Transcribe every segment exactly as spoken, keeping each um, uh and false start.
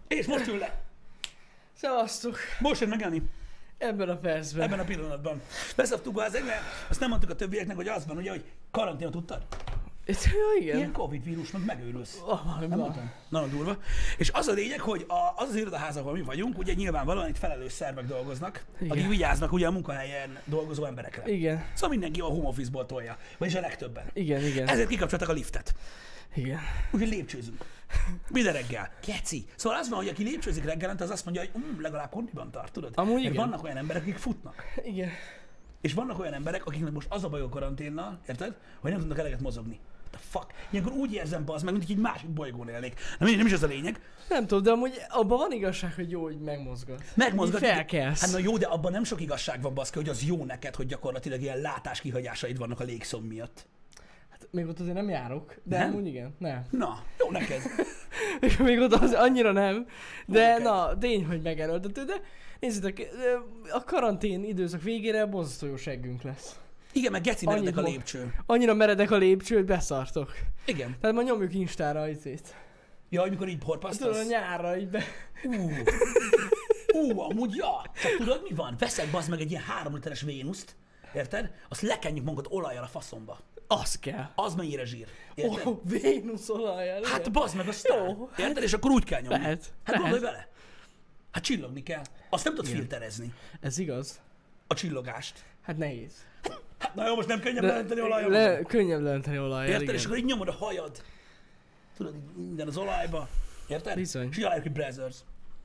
És most ül le. Szevasztok! Most jön megállni. Ebben a percben. Ebben a pillanatban. Beszaptuk az mert azt nem mondtuk a többieknek, hogy az van, ugye, hogy karanténot tudtad? Ja, igen. Ilyen Covid vírusnak megőrülsz. Oh, nem mondtam? Nagyon durva. És az a lényeg, hogy a, az az irodaház, ahol mi vagyunk, ugye nyilvánvalóan itt felelős szervek dolgoznak, igen. akik vigyáznak ugye a munkahelyen dolgozó emberekre. Igen. Szóval mindenki a home office-ból tolja. Vagyis a legtöbben. Igen, igen. Ezért kikapcsoltak a liftet. Igen. Úgyhogy lépcsőzünk. Minden reggel. Keci. Szóval az van, hogy aki lépcsőzik reggelente, az azt mondja, hogy um, legalább kondiban tart, tudod? Amúgy Mert igen. vannak olyan emberek, akik futnak. Igen. És vannak olyan emberek, akiknek most az a baj a karanténnal, érted? Hogy nem tudnak eleget mozogni. What the fuck? Ilyenkor úgy érzem, bazd meg, mint egy másik bolygón élnék. Na mindegy, nem is az a lényeg. Nem tudom, de amúgy abban van igazság, hogy jó, hogy megmozgat. Megmozgat. Így felkelsz. Hát na jó, de abban nem sok igazság van, baszki, hogy az jó neked, hogy gyakorlatilag ilyen látáskihagyásaid vannak a légszom miatt. Hát még ott azért nem járok, de Nem? amúgy igen. Nem. Na, jó neked. Még ott az annyira nem, de neked. na, tény, hogy megerőltető, de nézzétek, a karantén időszak végére borzasztó jó seggünk lesz. Igen, meg geci meredek a Annyit lépcső. Annyira meredek a lépcső, hogy beszartok. Igen. Tehát ma nyomjuk Instára a izét. Ja, amikor így Tudod, a horpasztasz. nyárra így be... Ú, ú, amúgy ja. Csak tudod mi van? Veszek bazd meg egy ilyen három literes Vénuszt, érted? Azt lekenjük magunkat olajjal a faszomba. Az kell. Az mennyire zsír. Érted? Ó, oh, Vénusz olajjal. Hát igen. bazd meg a sztár. Jó, Érted? És akkor úgy kell nyomni. Lehet, Hát lehet. gondolj vele. Hát csillogni kell. Azt nem tudod Igen. filterezni. Ez igaz. A csillogást. Hát nehéz. Hát na jó, most nem könnyebb leönteni olajjal. le, könnyebb leönteni olajjal, Érted? igen. És akkor így nyomod a hajad. Tudod, így minden az olajba. Érted? Bizony. És így alájuk, hogy Brazzers.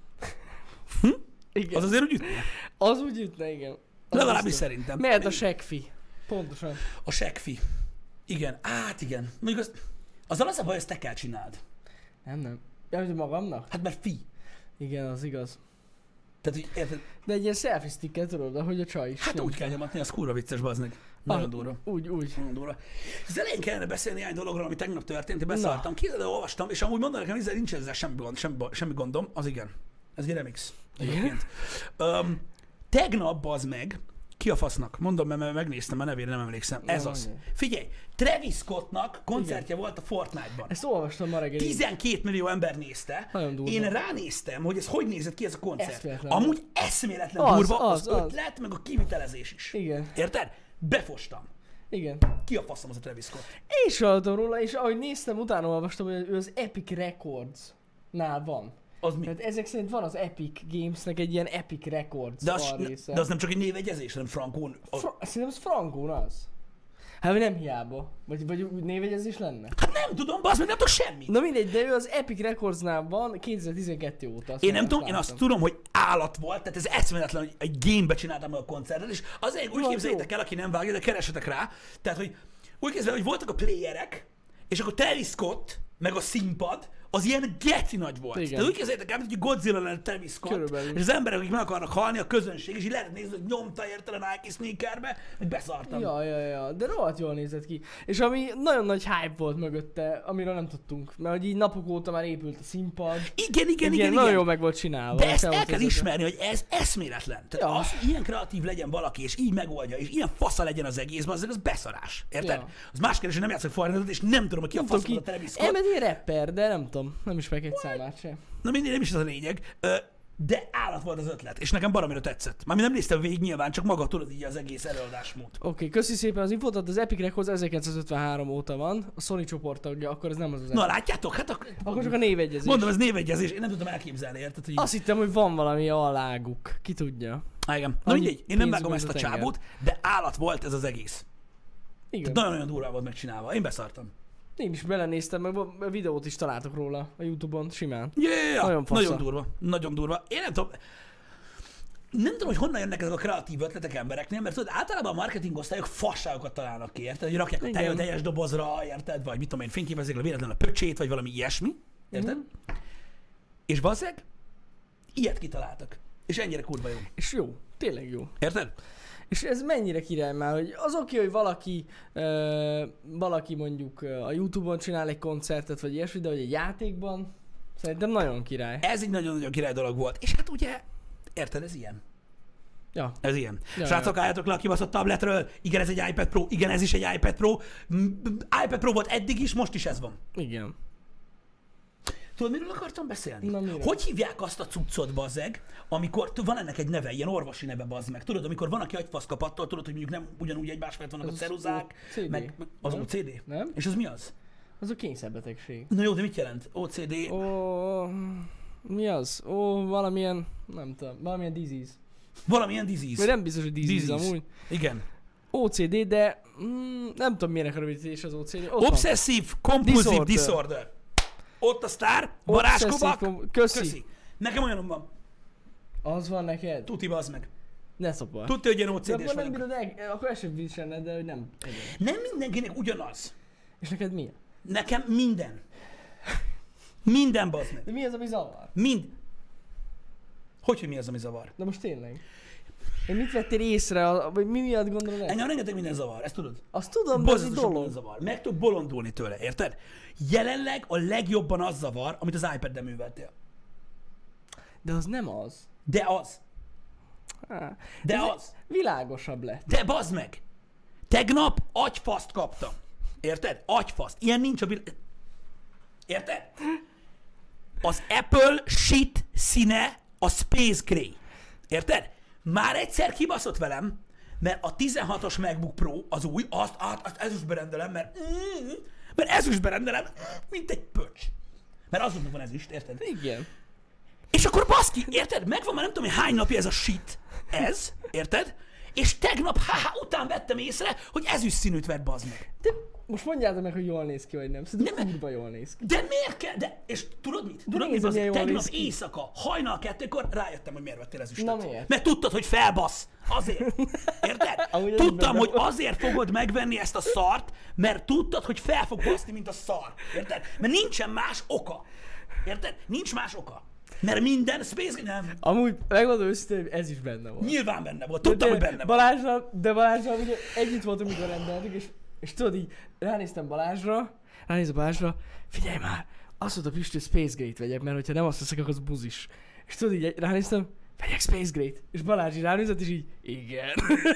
igen. Az azért úgy ütne. Az úgy ütne, igen. Az Legalábbis biztos. szerintem. Mehet a segfi. Pontosan. A segfi. Igen. Át igen. Mondjuk az, azzal az a baj, ezt te kell csináld. Nem, nem. Ja, hogy magamnak? Hát mert fi. Igen, az igaz. Tehát, hogy érted? De egy ilyen selfie stickkel tudod, ahogy a csaj is. Hát nyomta. úgy kell nyomatni, az kurva vicces, bazd Nagyon Ah, durva. Úgy, úgy. Nagyon durva. Az elején kellene beszélni néhány dologról, ami tegnap történt, én beszartam, képzeld, olvastam, és amúgy mondanak nekem, hogy nincs ezzel semmi, gond, semmi, semmi gondom, az igen. Ez egy remix. Egyébként. Um, tegnap, bazd meg, ki a fasznak? Mondom, mert megnéztem, a nevére nem emlékszem. Ez Na, az. mondja. Figyelj, Travis Scottnak koncertje volt a Fortnite-ban. Ezt olvastam ma reggel. tizenkét millió ember nézte. Nagyon durva. Én ránéztem, hogy ez hogy nézett ki ez a koncert. Eszméletlen. Amúgy eszméletlen Az, durva az, az, az. ötlet, meg a kivitelezés is. Igen. Érted? Befostam. Igen. Ki a faszom az a Travis Scott? Én is hallottam róla, és ahogy néztem, utána olvastam, hogy ő az Epic Records-nál van. Az mi? Tehát ezek szerint van az Epic Gamesnek egy ilyen Epic Records De az, része. de az nem csak egy névegyezés, hanem frankón. A, Fra- szerintem az frankón az. Hát vagy nem hiába. Vagy, vagy úgy névegyezés lenne. hát nem tudom, bazd meg, nem tudok semmit. Na mindegy, de ő az Epic Recordsnál van kétezer-tizenkettő óta. Én nem tudom, én láttam. azt tudom, hogy állat volt, tehát ez eszméletlen, hogy egy gamebe csináltam meg a koncertet, és azért úgy Jó, képzeljétek el, aki nem vágja, de keresetek rá. Tehát, hogy úgy képzeljétek, hogy voltak a playerek, és akkor Travis Scott, meg a színpad, az ilyen geci nagy volt. Igen. Tehát úgy képzeljétek el, hogy Godzilla lenne Travis Scott, Körülbelül. és az emberek, akik meg akarnak halni, a közönség, és így lehet nézni, hogy nyomta érte a Nike sneakerbe, meg beszartam. Ja, ja, ja, de rohadt jól nézett ki. És ami nagyon nagy hype volt mögötte, amiről nem tudtunk, mert hogy így napok óta már épült a színpad. Igen, igen, igen, igen, igen. nagyon jól meg volt csinálva. De ezt fel el volt kell vezetve. ismerni, hogy ez eszméletlen. Tehát Ja. az, hogy ilyen kreatív legyen valaki, és így megoldja, és ilyen fasza legyen az egészben, az, az beszarás. Érted? Ja. Az más kérdés, hogy nem játszok Fortnite-ot, és nem tudom, hogy ki a Nem tudom faszom ki. a Travis Scott. Elmed egy rapper, de nem tudom. Nem ismerek egy számát sem. Na mindig nem is az a lényeg. Ö, De állat volt az ötlet, és nekem baromira tetszett. Mármint nem néztem végig nyilván, csak maga tudod így az egész előadásmód. Oké, okay, köszi szépen az infót, az Epic Records ezerkilencszázötvenhárom óta van, a Sony csoporttagja, akkor ez nem az az Na Epic. látjátok? Hát ak- Akkor csak a névegyezés. mondom, ez névegyezés, én nem tudtam elképzelni, érted? Hogy... Azt hittem, hogy van valami aláguk. Ki tudja. Á, igen. Na Annyi mindegy, én nem pénzből vágom ezt ez a a tenger. csábút, de állat volt ez az egész. Igen. Nagyon-nagyon durvá volt megcsinálva. Én beszartam. Én is belenéztem, meg a videót is találtak róla a Youtube-on, simán. Yeah, Nagyon fasza. nagyon durva. Nagyon durva. Én nem tudom, nem tudom, hogy honnan jönnek ezek a kreatív ötletek embereknél, mert tudod, általában a marketing osztályok fasságokat találnak ki, érted? Hogy rakják a Igen. tej- teljes dobozra, érted? Vagy mit tudom én, fényképezik a véletlenül a pöcsét, vagy valami ilyesmi, érted? Mhm. És valószínűleg ilyet kitaláltak. És ennyire kurva jó. És jó, tényleg jó. Érted? És ez mennyire király már, hogy az oké, hogy valaki, ö, valaki mondjuk ö, a Youtube-on csinál egy koncertet, vagy ilyesmi, de hogy egy játékban, szerintem nagyon király. Ez egy nagyon-nagyon király dolog volt. És hát ugye, érted, ez ilyen. Ja, Ez ilyen. Ja, Srácok, álljatok le a kibaszott tabletről. Igen, ez egy iPad Pro. Igen, ez is egy iPad Pro. M- iPad Pro volt eddig is, most is ez van. igen. Tudod, miről akartam beszélni? Na, miről? Hogy hívják azt a cuccot, bazzeg, amikor van ennek egy neve, ilyen orvosi neve, bazd meg. Tudod, amikor van, aki agyfasz kap attól, tudod, hogy mondjuk nem ugyanúgy egymás mellett vannak Az a ceruzák, o cé dé, meg meg az nem? o cé dé. Nem? És az mi az? Az a kényszerbetegség. Na jó, de mit jelent? o cé dé? Ó, mi az? Ó, valamilyen, nem tudom, valamilyen disease. Valamilyen disease. Vagy nem biztos, hogy disease, Disease. amúgy. Igen. o cé dé, de mm, nem tudom milyenek a rövidítés az o cé dé. Ott van. Obsessive Compulsive Disorder. Disorder. Ott a sztár, varázskobak. Obsessive- Köszi. Köszi. Nekem olyanom van. Az van neked? Tuti, bazd meg. Ne szopar. Tudja, hogy ilyen De o cé dés akkor nem vagyok. bírod el, akkor ez sem viselned, de hogy nem. Egyet. Nem mindenkinek ugyanaz. És neked mi? Nekem minden. Minden, bazd meg. De mi az, ami zavar? Mind. Hogy, hogy mi az, ami zavar? De most tényleg. Én mit vettél észre, a- vagy mi miatt gondolod ezt? Engem rengeteg minden zavar, ezt tudod? Azt tudom, de ez egy Borzasztóan minden dolog. zavar. Meg tudok bolondulni tőle, érted? Jelenleg a legjobban az zavar, amit az iPad-en műveltél. De az nem az. De az. Há, De ez az. Világosabb lett. De bazd meg! Tegnap agyfaszt kaptam. Érted? Agyfaszt. Ilyen nincs a világ... Érted? Az Apple shit színe a Space Gray. Érted? Már egyszer kibaszott velem, mert a tizenhatos MacBook Pro, az új, azt, azt, azt ezüstbe rendelem, mert, mm, mert ezüstbe rendelem, mint egy pöcs. Mert azoknak van ezüst, érted? Igen. És akkor baszki, érted? Megvan már nem tudom, hogy hány napja ez a shit. Ez, érted? És tegnap haha után vettem észre, hogy ezüst színűt vett, bazd meg. De most mondjátok meg, hogy jól néz ki, vagy nem. Szerintem Nem, kurva jól néz ki. De miért kell? De, és tudod mit? Tudod mit, nézem, bazd? milyen jól Tegnap néz ki. éjszaka, hajnal kettőkor rájöttem, hogy miért vettél ezüstöt. Na miért? Mert tudtad, hogy felbasz. Azért. Érted? Amúgy ez Tudtam, benne hogy van. azért fogod megvenni ezt a szart, mert tudtad, hogy fel fog baszni, mint a szar. Érted? Mert nincsen más oka. Érted? Nincs más oka. Mert minden Space... Nem. Amúgy megmondom őszintén, hogy ez is benne volt. Nyilván benne volt. Tudtam, de, hogy benne volt. Balázsral, de Balázsral ugye együtt voltunk, amikor rendeltük, és, és tudod így, ránéztem Balázsra, ránéztem Balázsra, figyelj már, azt mondta Pisti, hogy Space Gray-t vegyek, mert hogyha nem azt veszek, akkor az buzis. És tudod így, ránéztem, vegyek Space Gray-t. És Balázs így ránézett, és így, igen.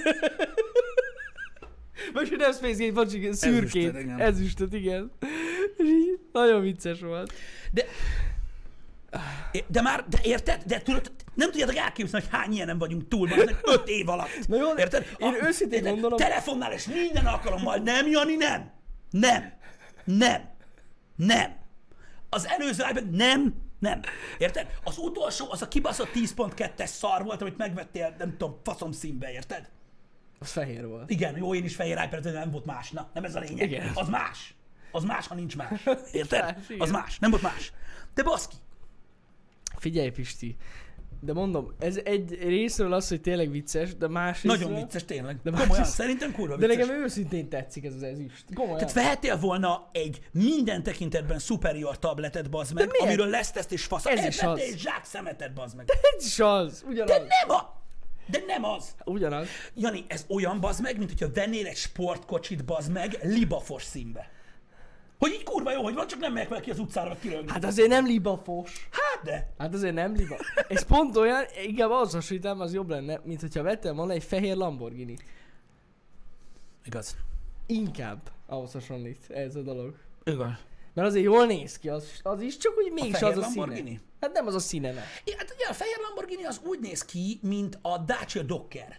Vagy hogy nem Space Gray-t, vagy csak szürkét, Ezüstöt, igen. ezüstöt, igen. És így, nagyon vicces volt. De, de már, de érted? De tudod, nem tudjátok elképzelni, hogy hány ilyenem vagyunk túl, már öt év alatt. Na jó, de érted? én őszintén érted? gondolom- Telefonnál és minden alkalommal, nem, Jani, nem. Nem. Nem. Nem. Az előző iPad nem. Nem. Érted? Az utolsó, az a kibaszott tíz pont kettes szar volt, amit megvettél, nem tudom, faszom színbe, érted? Az fehér volt. Igen, jó, én is fehér iPad, de nem volt más. Na, nem ez a lényeg. Igen. Az más. Az más, ha nincs más. Érted? Más, igen. Az más. Nem volt más. De baszki. Figyelj, Pisti, de mondom, ez egy részről az, hogy tényleg vicces, de más részről... Nagyon vicces, tényleg. De De más komolyan, is- szerintem kurva De vicces. nekem őszintén tetszik ez az ezüst. Komolyan. Tehát vehettél volna egy minden tekintetben superior tabletet, bazd meg, miért? amiről lesz teszt és fasz. Ez Ez is is az. egy zsák szemetet, bazd meg. Ez is az, ugyanaz. De nem a... De nem az. Ugyanaz. Jani, ez olyan, bazd meg, mint hogyha vennél egy sportkocsit, bazd meg, libafos színbe. Hogy így kurva jó, hogy van, csak nem megyek vele ki az utcára, vagy kilőni. Hát azért nem libafos. Hát de. Hát azért nem liba. Ez pont olyan, inkább ahhoz hasonlítom, az jobb lenne, mint hogyha vettem volna egy fehér Lamborghini. Igaz. Inkább ahhoz hasonlít ez a dolog. Igaz. Mert azért jól néz ki, az, az is, csak úgy mégis fehér az a színe. Lamborghini? Hát nem az a színe, nem. Ja, hát ugye a fehér Lamborghini az úgy néz ki, mint a Dacia Docker.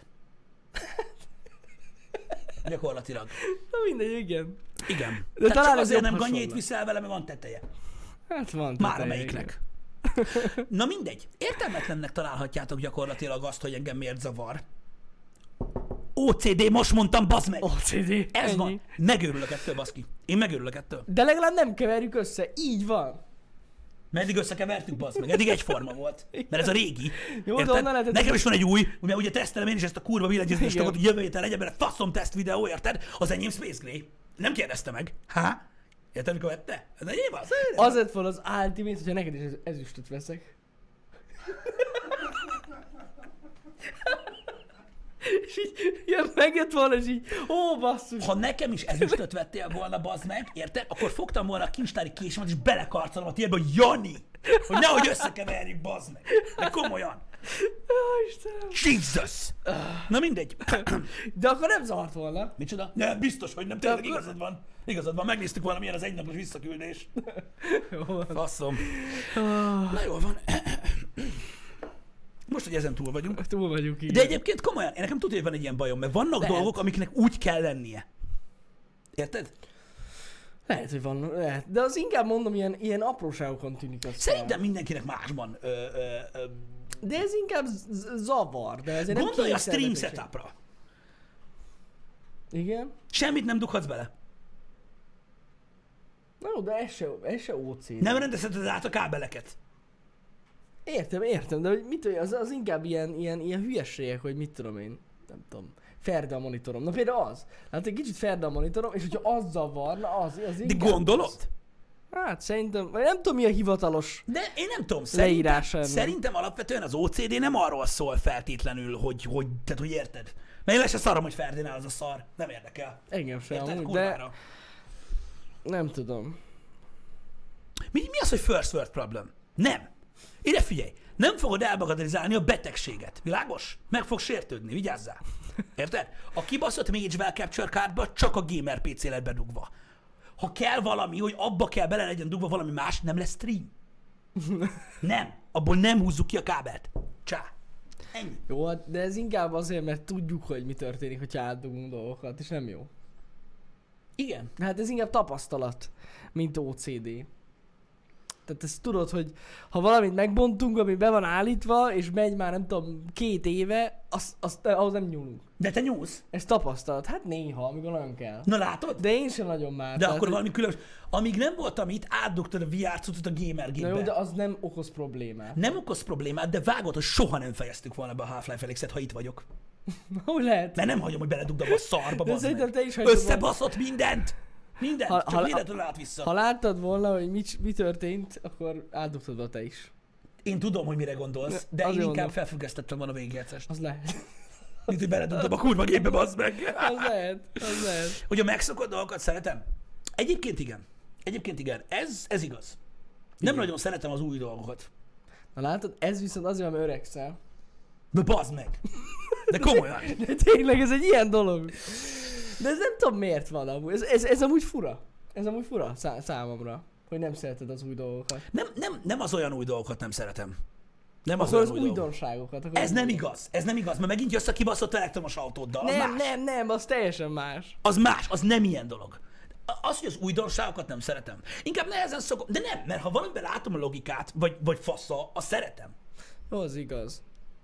Gyakorlatilag. Na mindegy, igen. Igen. De Tehát talán csak ez azért jobb nem ganyét hasonlat. viszel vele, mert van teteje. Hát van. Már teteje, amelyiknek. Na mindegy. Értelmetlennek találhatjátok gyakorlatilag azt, hogy engem miért zavar. o cé dé, most mondtam, bazd meg! igen. o cé dé. Ez ennyi. van. Megőrülök ettől, baszki. Én megőrülök ettől. De legalább nem keverjük össze, így van. Mert eddig összekevertük, bazd meg. Eddig egyforma volt. Mert ez a régi. Jó, de Érted? onnan lehetett- Nekem is van egy új, mert ugye tesztelem én is ezt a kurva billentyűzetes Igen. dolgot, hogy jövő héten legyen benne faszom teszt videó, érted? Az enyém Space Gray. Nem kérdezte meg. Há? Érted, mikor vette? Ez enyém az? Az lett volna az ultimate, hogyha neked is ez- ezüstöt veszek. És így, ilyen megjött volna, és így, ó, basszus. Ha nekem is ezüstöt vettél volna, bazd meg, érted? Akkor fogtam volna a kincstári késemet, és belekarcolom a tiédbe, hogy Jani! Hogy nehogy összekeverjük, bazd meg. De komolyan. Ó, Istenem. Jesus! Na mindegy. De akkor nem zavart volna. Micsoda? Nem, biztos, hogy nem. De Tényleg akkor- igazad van. Igazad van, megnéztük valamilyen az egynapos visszaküldés. Jó van. Faszom. Ah, Na jól van. Most, hogy ezen túl vagyunk. túl vagyunk így. De egyébként komolyan, én nekem tudja, hogy van egy ilyen bajom, mert vannak Lehet. dolgok, amiknek úgy kell lennie. Érted? Lehet, hogy van, lehet. De az inkább mondom, ilyen, ilyen apróságokon tűnik az. Szerintem mindenkinek másban. Ö, ö, ö, De ez inkább z- zavar, de ezért nem Gondolj a stream kényszerbetegség. setupra. Igen? Semmit nem dughatsz bele. Na jó, de ez se, ez se ó cé dé. Nem rendezheted át a kábeleket. Értem, értem, de hogy mit tudom, az, az inkább ilyen, ilyen, ilyen hülyességek, hogy mit tudom én, nem tudom, ferde a monitorom. Na például az. Hát egy kicsit ferde a monitorom, és hogyha az zavarna, az, az De inkább gondolod? Az. Hát szerintem, vagy nem tudom mi a hivatalos. De én nem tudom, szerintem, Leírása ennek. szerintem alapvetően az o cé dé nem arról szól feltétlenül, hogy, hogy, tehát, hogy érted. Mert én le se szarom, hogy Ferdinál az a szar. Nem érdekel. Engem sem Érted? amúgy, de Kurvára. nem tudom. Mi, mi az, hogy first world problem? Nem. Ide figyelj, nem fogod elbagatelizálni a betegséget. Világos? Meg fog sértődni, vigyázzál. Érted? A kibaszott Magewell Capture Cardba csak a gamer pé cé lett bedugva. Ha kell valami, hogy abba kell bele legyen dugva valami más, nem lesz stream. Nem. Abból nem húzzuk ki a kábelt. Csá. Ennyi. Jó, hát de ez inkább azért, mert tudjuk, hogy mi történik, hogyha átdugunk dolgokat, és nem jó. Igen. Hát ez inkább tapasztalat, mint ó cé dé. Tehát ezt tudod, hogy ha valamit megbontunk, ami be van állítva, és megy már nem tudom, két éve, az, az, ahhoz nem nyúlunk. De te nyúlsz. Ez tapasztalat. Hát néha, amikor nagyon kell. Na látod? De én sem nagyon már. De tehát, akkor hogy- valami különböző. Amíg nem voltam itt, átdugtad a vé er cuccot a gamer Na jó, gépbe. de az nem okoz problémát. Nem okoz problémát, de vágod, hogy soha nem fejeztük volna be a Half-Life Alyx-et, ha itt vagyok. Hogy lehet? Mert nem hagyom, hogy beledugdam a szarba, De bazd szerintem meg. te is hagyod volna. Összebaszott mindent! Mindent, Ha- csak ha- véletlenül át vissza. Ha láttad volna, hogy mi, mi történt, akkor átdugtad volna te is. Én tudom, hogy mire gondolsz, de én Azért inkább mondom. felfüggesztettem volna a végigjátszást. Az lehet. Mint, hogy beledugtam a kurva gépbe, bazd meg. Az lehet. Az lehet. Hogy a megszokott dolgokat szeretem? Egyébként igen. Egyébként igen. Ez, ez igaz. Nem Igen. nagyon szeretem az új dolgokat. Na látod, ez viszont azért, mert öregszel. De bazd meg. De komolyan. De tényleg ez egy ilyen dolog. De ez nem tudom miért van amúgy. Ez, ez, ez amúgy fura. Ez amúgy fura szá- számomra. Hogy nem szereted az új dolgokat. Nem, nem, nem az olyan új dolgokat nem szeretem. Nem az Akkor olyan az új dolgokat. újdonságokat. akkor Ez az nem új- igaz. Ez nem igaz, mert megint jössz a kibaszott elektromos autóddal. Az Nem, más. nem, nem, az teljesen más. Az más, az nem ilyen dolog. Az, hogy az újdonságokat nem szeretem. Inkább nehezen szokom. De nem, mert ha valamiben látom a logikát, vagy, vagy fasza, azt szeretem. Jó, az igaz.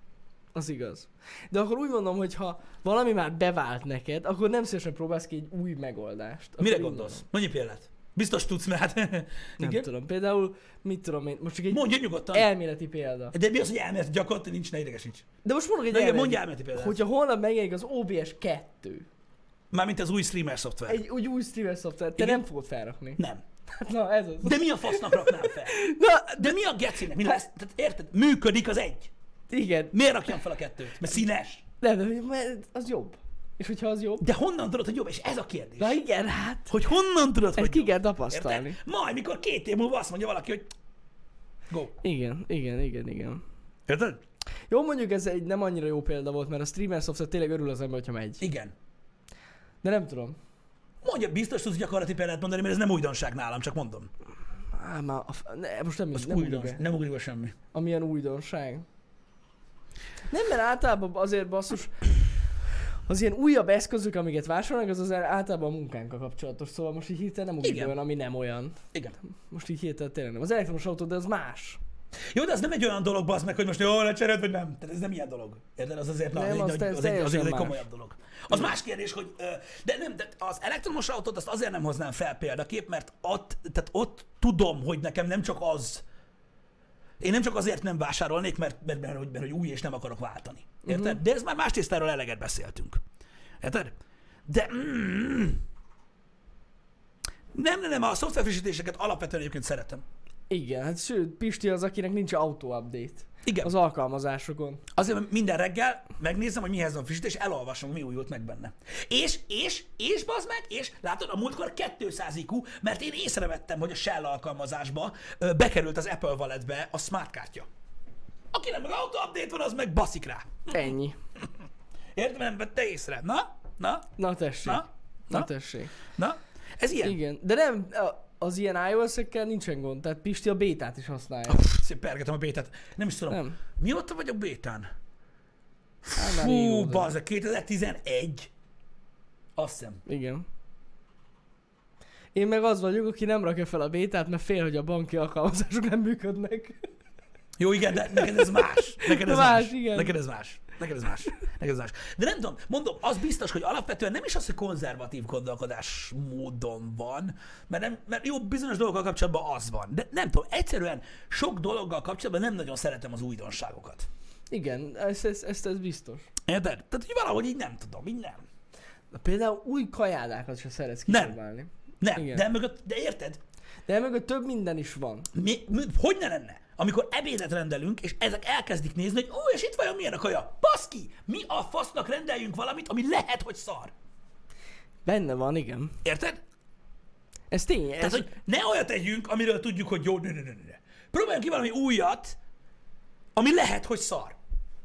Az igaz. De akkor úgy mondom, hogy ha valami már bevált neked, akkor nem szívesen próbálsz ki egy új megoldást. Akkor Mire úgy gondolsz? mondom. Mondj egy példát. Biztos tudsz, mert hát... Nem Igen? tudom. Például, mit tudom én, most csak egy Mondj nyugodtan. elméleti példa. De mi az, hogy elmélet gyakorlatilag nincs, ne idegesíts. De most mondok egy Na igen, elméleti. mondj elméleti példát. Hogyha holnap megjelenik az o bé es kettő, Mármint az új streamer szoftver. egy úgy új streamer szoftver, te Igen. nem fogod felrakni. Nem. Hát na, ez az. De mi a fasznak raknám fel? Na, De mi a gecinek? Mi lesz? Tehát érted? Működik az egy. igen. Miért rakjam fel a kettőt? Mert színes. Nem, de mert az jobb. És hogyha az jobb? De honnan tudod, hogy jobb? És ez a kérdés. Na igen, hát. Hogy honnan tudod, Ezt hogy ki jobb? kell tapasztalni. Érted? Majd, mikor két év múlva azt mondja valaki, hogy go. Igen, igen, igen, igen. Érted? Jó, mondjuk ez egy nem annyira jó példa volt, mert a streamer szoftver tényleg örül az ember, hogyha megy. Igen. De nem tudom. Mondja, biztos tudsz gyakorlati példát mondani, mert ez nem újdonság nálam, csak mondom. Á, már a f... ne, most nem, Az nem ugrik újdonság. be. Nem ugrik be semmi. Amilyen újdonság. Nem, mert általában azért basszus, az ilyen újabb eszközök, amiket vásárolnak, az az általában a munkánkkal kapcsolatos, szóval most így hirtelen nem ugrik Igen. olyan, ami nem olyan. Igen. Most így hirtelen tényleg nem. Az elektromos autó, de az más. Jó, de az nem egy olyan dolog, bazd meg, hogy most jó, lecserélt, vagy nem. Tehát ez nem ilyen dolog. Érted? Az azért, na, Nem, egy, az nagy- te- az, egy, az, teljesen egy, az egy más. komolyabb dolog. Az más kérdés, hogy, ö, de nem, de az elektromos autót azt azért nem hoznám fel példaképp, mert ott, tehát ott tudom, hogy nekem nem csak az, én nem csak azért nem vásárolnék, mert, mert, mert, mert, mert hogy új és nem akarok váltani. Érted? Uh-huh. De ez már más tésztáról eleget beszéltünk. Érted? De... Mm, nem, nem, nem, a szoftverfrissítéseket alapvetően egyébként szeretem. Igen, hát sőt, Pisti az, akinek nincs auto-update. Igen. Az alkalmazásokon. Azért, mert minden reggel megnézem, hogy mihez van frissítés, és elolvasom, mi újult meg benne. És, és, és bazd meg, és látod, a múltkor kétszáz i kú, mert én észrevettem, hogy a Shell alkalmazásba ö, bekerült az Apple Walletbe a smart kártya. Akinek meg auto update van, az meg baszik rá. Ennyi. Érted? Nem vette észre. Na? Na? Na tessék. Na? Na, Na? tessék. Na? Ez ilyen. Igen, de nem, az ilyen iOS-ekkel nincsen gond, tehát Pisti a bétát is használja. Szép pergetem a bétát. Nem is tudom. Nem. Mióta vagyok bétán? Hát már Fú, régóta. bazd, kétezer-tizenegy. Azt hiszem. Igen. Én meg az vagyok, aki nem rakja fel a bétát, mert fél, hogy a banki alkalmazások nem működnek. Jó, igen, de neked ez más. Neked ez Más, más. igen. Neked ez más. Neked ez más. Neked ez más. De nem tudom, mondom, az biztos, hogy alapvetően nem is az, hogy konzervatív gondolkodás módon van, mert, nem, mert jó, bizonyos dolgokkal kapcsolatban az van. De nem tudom, egyszerűen sok dologgal kapcsolatban nem nagyon szeretem az újdonságokat. Igen, ez, ez, ez, ez biztos. Érted? Tehát, hogy valahogy így nem tudom, így nem. De például új kajádákat se szeretsz Nem. kipróbálni. Nem, Igen. de, mögött, de érted? De mögött több minden is van. Mi, mi, hogy ne lenne? Amikor ebédet rendelünk, és ezek elkezdik nézni, hogy ó, és itt vajon milyen a kaja? Baszki! Mi a fasznak rendeljünk valamit, ami lehet, hogy szar? Benne van, igen. Érted? Ez tény. Tehát, Ez... hogy ne olyat tegyünk, amiről tudjuk, hogy jó, ne, ne, ne, ne. Próbáljunk ki valami újat, ami lehet, hogy szar.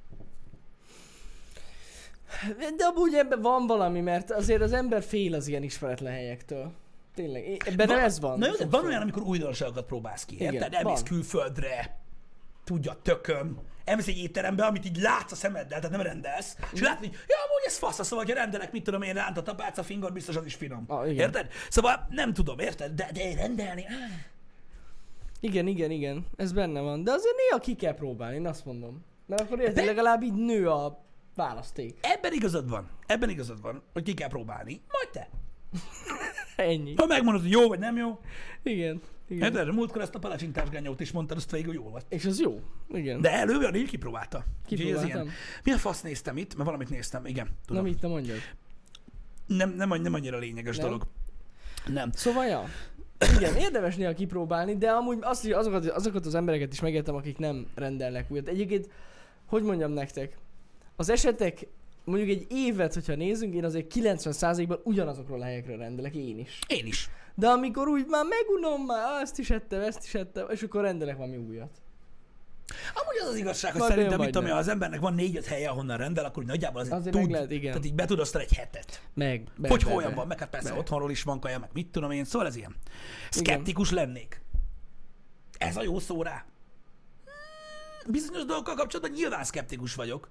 De amúgy ebben van valami, mert azért az ember fél az ilyen ismeretlen helyektől. Tényleg, é- ebben nem ez van. Na jó, de van sokszor. olyan, amikor újdonságokat próbálsz ki, Igen, érted? Elmész van. külföldre, tudja, tököm. Elmész egy étterembe, amit így látsz a szemeddel, tehát nem rendelsz, és látod, hogy ja, amúgy ez fasz, szóval, ha rendelek, mit tudom én, rántott apáca fingot, biztos az is finom. Ah, igen. Érted? Szóval nem tudom, érted? De, de rendelni, áh. Igen, igen, igen. Ez benne van. De azért néha ki kell próbálni, én azt mondom. Mert akkor érted, De- legalább így nő a választék. Ebben igazad van. Ebben igazad van, hogy ki kell próbálni. Majd te. Ennyi. Ha megmondod, hogy jó vagy nem jó, Igen. Igen. érted? Múltkor ezt a palacsintásgányót is mondtad, azt végül jól vagy. És az jó. Igen. De elő olyan így kipróbálta. Úgyhogy ez Kipróbáltam. ilyen. Mi a fasz néztem itt? Mert valamit néztem, igen. Na Tudom. mit te mondjad? Nem, nem, nem annyira lényeges Nem? dolog. Nem. Szóval, ja. Igen, érdemes néha kipróbálni, de amúgy azt, hogy azokat, azokat az embereket is megértem, akik nem rendelnek újat. Egyébként, hogy mondjam nektek, az esetek, mondjuk egy évet, hogyha nézünk, én azért kilencven százalékban ugyanazokról a helyekről rendelek, én is. Én is. De amikor úgy már megunom, már azt is ettem, ezt is ettem, és akkor rendelek valami újat. Amúgy az az igazság, hogy Majd szerintem, olyan mit vagy tudom, nem. az embernek van négy-öt helye, ahonnan rendel, akkor úgy nagyjából azért, Azért tud, meg lehet, igen. tehát így be tud osztani egy hetet. Meg, be, Hogy be, olyan be. van, meg hát persze Be. otthonról is van kaja, meg mit tudom én, szóval ez ilyen. Szkeptikus lennék. Ez a jó szó rá. Hmm, Bizonyos dolgokkal kapcsolatban nyilván szkeptikus vagyok.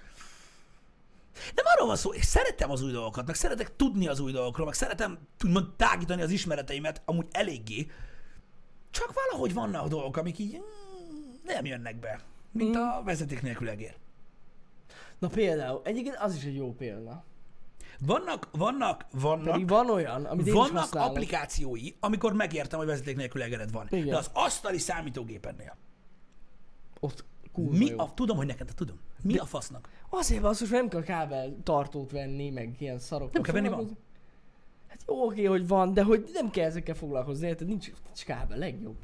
Nem arról van szó, és szeretem az új dolgokat, meg szeretek tudni az új dolgokról, meg szeretem úgymond tágítani az ismereteimet, amúgy eléggé. Csak valahogy vannak dolgok, amik így mm, nem jönnek be, mint Mm. a vezeték nélkül egér. Na például, egyébként az is egy jó példa. Vannak, vannak, vannak, Pedig van olyan, amit én is vannak használok. applikációi, amikor megértem, hogy vezeték nélkül egered van. Igen. De az asztali számítógépennél. Ott kurva Mi jó. a, tudom, hogy neked, tudom. Mi De- a fasznak? Azért basszus, nem kell kábel tartót venni, meg ilyen szarok. Nem kell venni, van. Hát jó, oké, hogy van, de hogy nem kell ezekkel foglalkozni, érted? Nincs, nincs kábel, legjobb.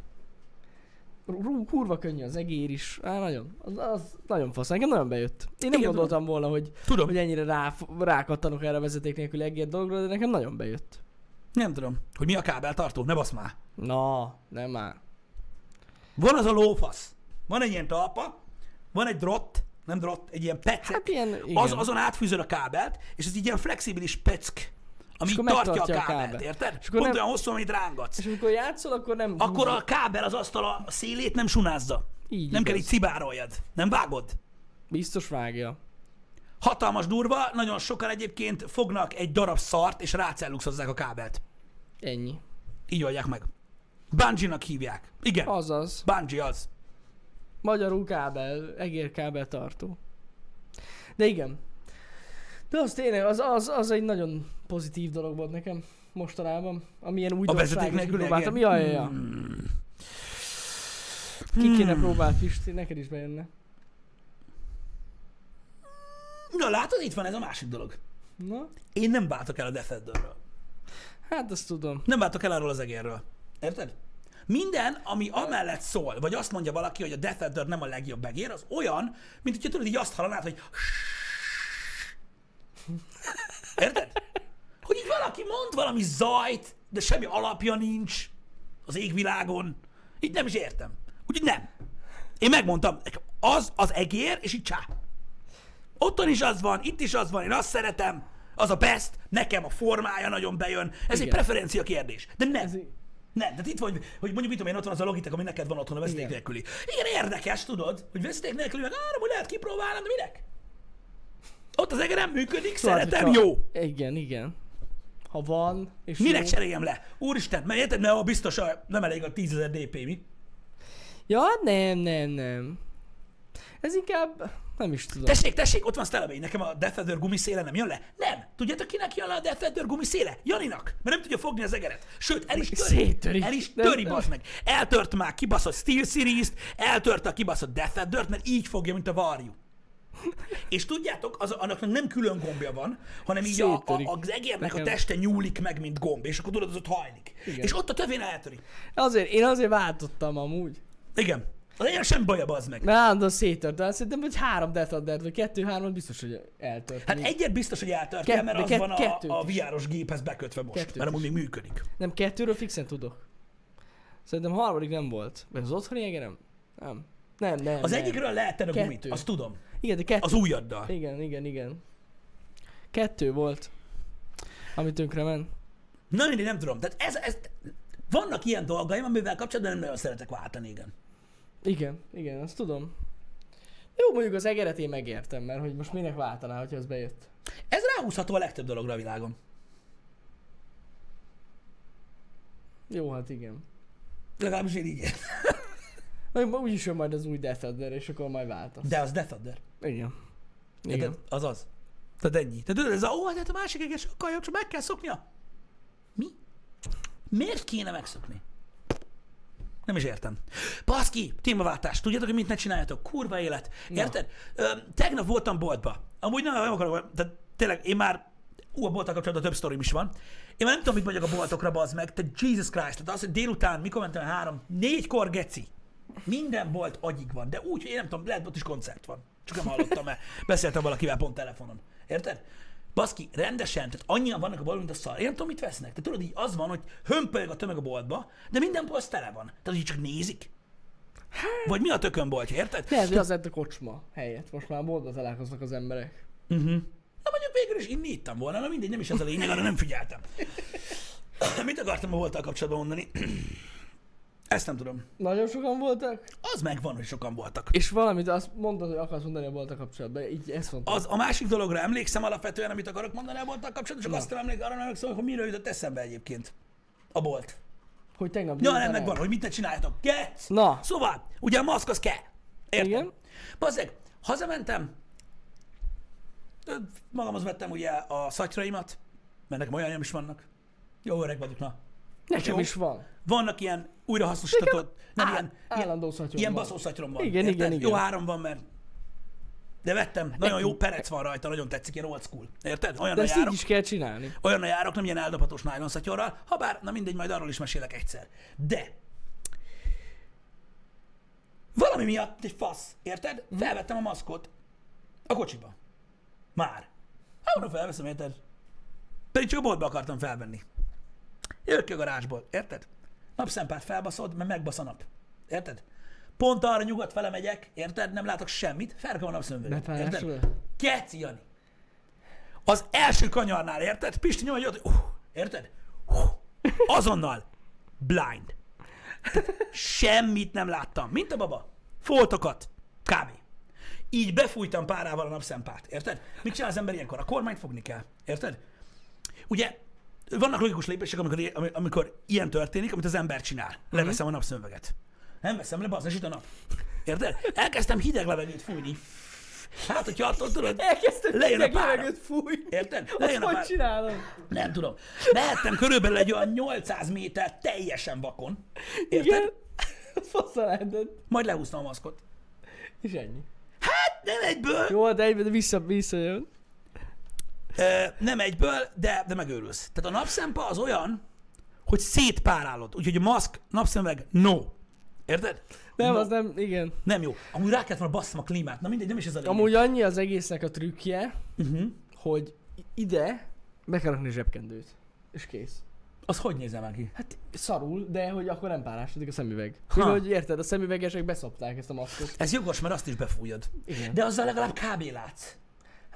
Rú, kurva könnyű az egér is. Á, nagyon. Az, az nagyon fasz. Nekem nagyon bejött. Én nem Igen, gondoltam volna, hogy, Tudom. hogy ennyire rá, rákattanok erre a vezeték nélkül egér dologra, de nekem nagyon bejött. Nem tudom, hogy mi a kábeltartó, ne basz már. Na, nem már. Van az a lófasz. Van egy ilyen talpa, van egy drott, nem drott, egy ilyen pecek. Hát ilyen, igen. Az, azon átfűzöd a kábelt, és ez így ilyen flexibilis peck, ami És így akkor tartja a megtartja a kábelt, kábelt. érted? És akkor Pont nem- olyan hosszú, amit rángatsz. És amikor játszol, akkor nem... Akkor a kábel az asztal a szélét nem sunázza. Így Nem kell igaz. így cibaroljad. Nem vágod? Biztos vágja. Hatalmas durva, nagyon sokan egyébként fognak egy darab szart, és rácelluxozzák a kábelt. Ennyi. Így oldják meg. Bungee-nak hívják. Igen, Azaz. bungee az. Magyarul kábel, egérkábel tartó. De igen. De az tényleg, az, az, az egy nagyon pozitív dolog volt nekem mostanában, amilyen A vezeték újdonságot nélkül kipróbáltam. egér. Ja, ja, ja. Hmm. Ki kéne Hmm. próbált, Pisti, neked is bejönne. Na látod, itt van ez a másik dolog. Na, Én nem váltok el a Defenderről. hát azt tudom. Nem váltok el arról az egérről. Érted? Minden, ami amellett szól, vagy azt mondja valaki, hogy a Defender nem a legjobb egér, az olyan, mint hogyha tudod, így azt hallanád, hogy érted? Hogy így valaki mond valami zajt, de semmi alapja nincs az égvilágon. Így nem is értem. Úgyhogy nem. Én megmondtam, az az egér, és így csá. Otthon is az van, itt is az van, én azt szeretem, Az a best, nekem a formája nagyon bejön. Ez Igen. egy preferencia kérdés. De nem. Ez így- Nem, tehát itt vagy, hogy mondjuk mit tudom én, ott van az a Logitech, ami neked van otthon a vezeték Igen. nélküli. Igen, érdekes, tudod, hogy vezeték nélküli, meg arra, hogy lehet kipróbálni, de minek? Ott az egerem működik, Tudod, szeretem, hogyha- jó. Igen, igen. Ha van, és Minek jó. cseréljem le? Úristen, mert érted, mert biztos a, nem elég a tízezer dé pé, mi? Ja, nem, nem, nem. Ez inkább, nem is tudom. Tessék, tessék, ott van Stelabény, nekem a Death Adder gumiszéle nem jön le? Nem. Tudjátok, kinek jön le a Death Adder gumiszéle? Janinak, mert nem tudja fogni az egeret. Sőt, el is töri. Széttöri. El is De- töri, bazd meg. Eltört már kibaszott Steel Series-t, eltört a kibaszott Death Addert, mert így fogja, mint a varjú. És tudjátok, az, annak nem külön gombja van, hanem így a, Széttörik. a, az egérnek Nekem- a teste nyúlik meg, mint gomb, és akkor tudod, az ott hajlik. Igen. És ott a tövén eltöri. Azért, én azért váltottam amúgy. Igen. Az egyen sem baja, bazd meg. Mert állandóan széttört, de azt szerintem, hogy három Death Adder, vagy kettő-három biztos, hogy eltört. Hát Még- egyet biztos, hogy eltört, Ke- mert de az ke- van a, kettőt a is. vé er-os géphez bekötve most, Kettőt mert amúgy is. még működik. Nem, kettőről fixen tudok. Szerintem harmadik nem volt. Vagy az otthoni egerem? Nem. Nem, nem, Az nem. egyikről lehetted a gumit, Kettő. azt tudom. Igen, de kettő. Az újaddal. Igen, igen, igen. Kettő volt, ami tönkre ment. Na, én nem tudom. Tehát ez, ez, vannak ilyen dolgaim, amivel kapcsolatban nem nagyon szeretek váltani, igen. Igen, igen, azt tudom. Jó, mondjuk az egeret én megértem, mert hogy most minek váltaná, hogyha az bejött. Ez ráhúzható a legtöbb dologra a világon. Jó, hát igen. Legalábbis én így értem. Meg úgyis jön majd az új Death Adder, és akkor majd váltasz. De az Death Adder. Igen. Igen. Igen. Az az. Tehát ennyi. Tehát tudod, ez a, ó, hát a másik egész sokkal jobb, csak meg kell szoknia. Mi? Miért kéne megszokni? Nem is értem. Baszki, témaváltás. Tudjátok, hogy mit ne csináljatok? Kurva élet. Érted? Ö, tegnap voltam boltba. Amúgy nem, nem akarok, tehát tényleg én már, ú, a bolttal kapcsolatban több sztorim is van. Én már nem tudom, mit mondjak a boltokra, bazd meg. Te Jesus Christ. Tehát az, hogy délután, mikor mentem, három, négykor geci. Minden bolt agyig van, de úgy, hogy én nem tudom, lehet, ott is koncert van. Csak nem hallottam, mert beszéltem valakivel pont telefonon. Érted? Baszki, rendesen, tehát annyian vannak a boltban, mint a szar. Én nem tudom, mit vesznek. Tehát tudod, így az van, hogy hömpölyög a tömeg a boltba, de minden bolt tele van. Tehát, hogy csak nézik. Vagy mi a tökön boltja, érted? Lehet, hogy az lett a kocsma helyett. Most már boltba találkoznak az emberek. Uh-huh. Na mondjuk végül is inni ittam volna, na mindegy, nem is ez a lényeg, arra nem figyeltem. Mit akartam a bolttal kapcsolatban mondani? Ezt nem tudom. Nagyon sokan voltak? Az megvan, hogy sokan voltak. És valamit azt mondod, hogy akarsz mondani a bolttal kapcsolatban. Így ezt mondtam. Az, a másik dologra emlékszem alapvetően, amit akarok mondani a bolttal kapcsolatban, csak Na. azt nem emlékszem, arra nem emlékszem, hogy miről jutott eszembe egyébként. A bolt. Hogy tegnap Ja, délután nem el- megvan, hogy mit ne csináljatok. Gec! Na, Szóval, ugye a maszk az kell. Érted? Igen. Bazzeg, hazamentem, ö, magamhoz vettem ugye a szatyraimat, mert nekem olyan is vannak. Jó öreg vagyok, na. nekem jó. is van. Vannak ilyen újrahasznosított, nem Á- ilyen, állandó ilyen, szatyrom ilyen van. baszószatyrom van. Igen, érted? igen, igen. Jó három van, mert de vettem, nagyon jó Nekünk- perec van rajta, nagyon tetszik, ilyen old school. Érted? Olyan De a ezt így járok, is kell csinálni. olyan a járok, nem ilyen eldobhatós nylon szatyorral, ha bár, na mindegy, majd arról is mesélek egyszer. De valami miatt egy fasz, érted? Felvettem a maszkot a kocsiba. Már. Hát mondom, felveszem, érted? Pedig csak a boltba akartam felvenni. Jövök ki a garázsból, érted? Napszempárt felbaszod, mert megbasz a nap. Érted? Pont arra nyugat fele megyek, érted? Nem látok semmit, felrakom a napszemüveget. Érted? Bepárásol? Keci, Jani. Az első kanyarnál, érted? Pisti nyomja, hogy uh, érted? Uh, azonnal blind. Semmit nem láttam. Mint a baba. Foltokat. Kb. Így befújtam párával a napszempárt. Érted? Mit csinál az ember ilyenkor? A kormányt fogni kell. Érted? Ugye vannak logikus lépések, amikor, amikor ilyen történik, amit az ember csinál. Leveszem a napszemüveget. Nem veszem le, bazd, süt a nap. Érted? Elkezdtem hideg levegőt fújni. Hát, hogyha attól tudod, Elkezdtem lejön a hideg pára. levegőt fújni. Érted? Azt Lejön a hogy pára. csinálom? Nem tudom. Mehettem körülbelül egy olyan nyolcszáz méter teljesen vakon. Érted? Igen. Az faszal lehetett. Majd lehúztam a maszkot. És ennyi. Hát nem egyből, Jó, de egyben vissza, visszajön. ö, nem egyből, de, de megőrülsz. Tehát a napszempa az olyan, hogy szétpárálod. Úgyhogy a maszk, napszemüveg, no. Érted? Nem, no. az nem, igen. Nem jó. Amúgy rá kellett volna basszam a klímát. Na mindegy, nem is ez a lényeg. Amúgy annyi az egésznek a trükkje, Uh-huh. hogy ide be kell rakni zsebkendőt. És kész. Az hogy nézel már ki? Hát szarul, de hogy akkor nem párásodik a szemüveg. Ha. Hogy érted, a szemüvegesek beszopták ezt a maszkot. Ez jogos, mert azt is befújod. Igen. De azzal legalább kb. Látsz.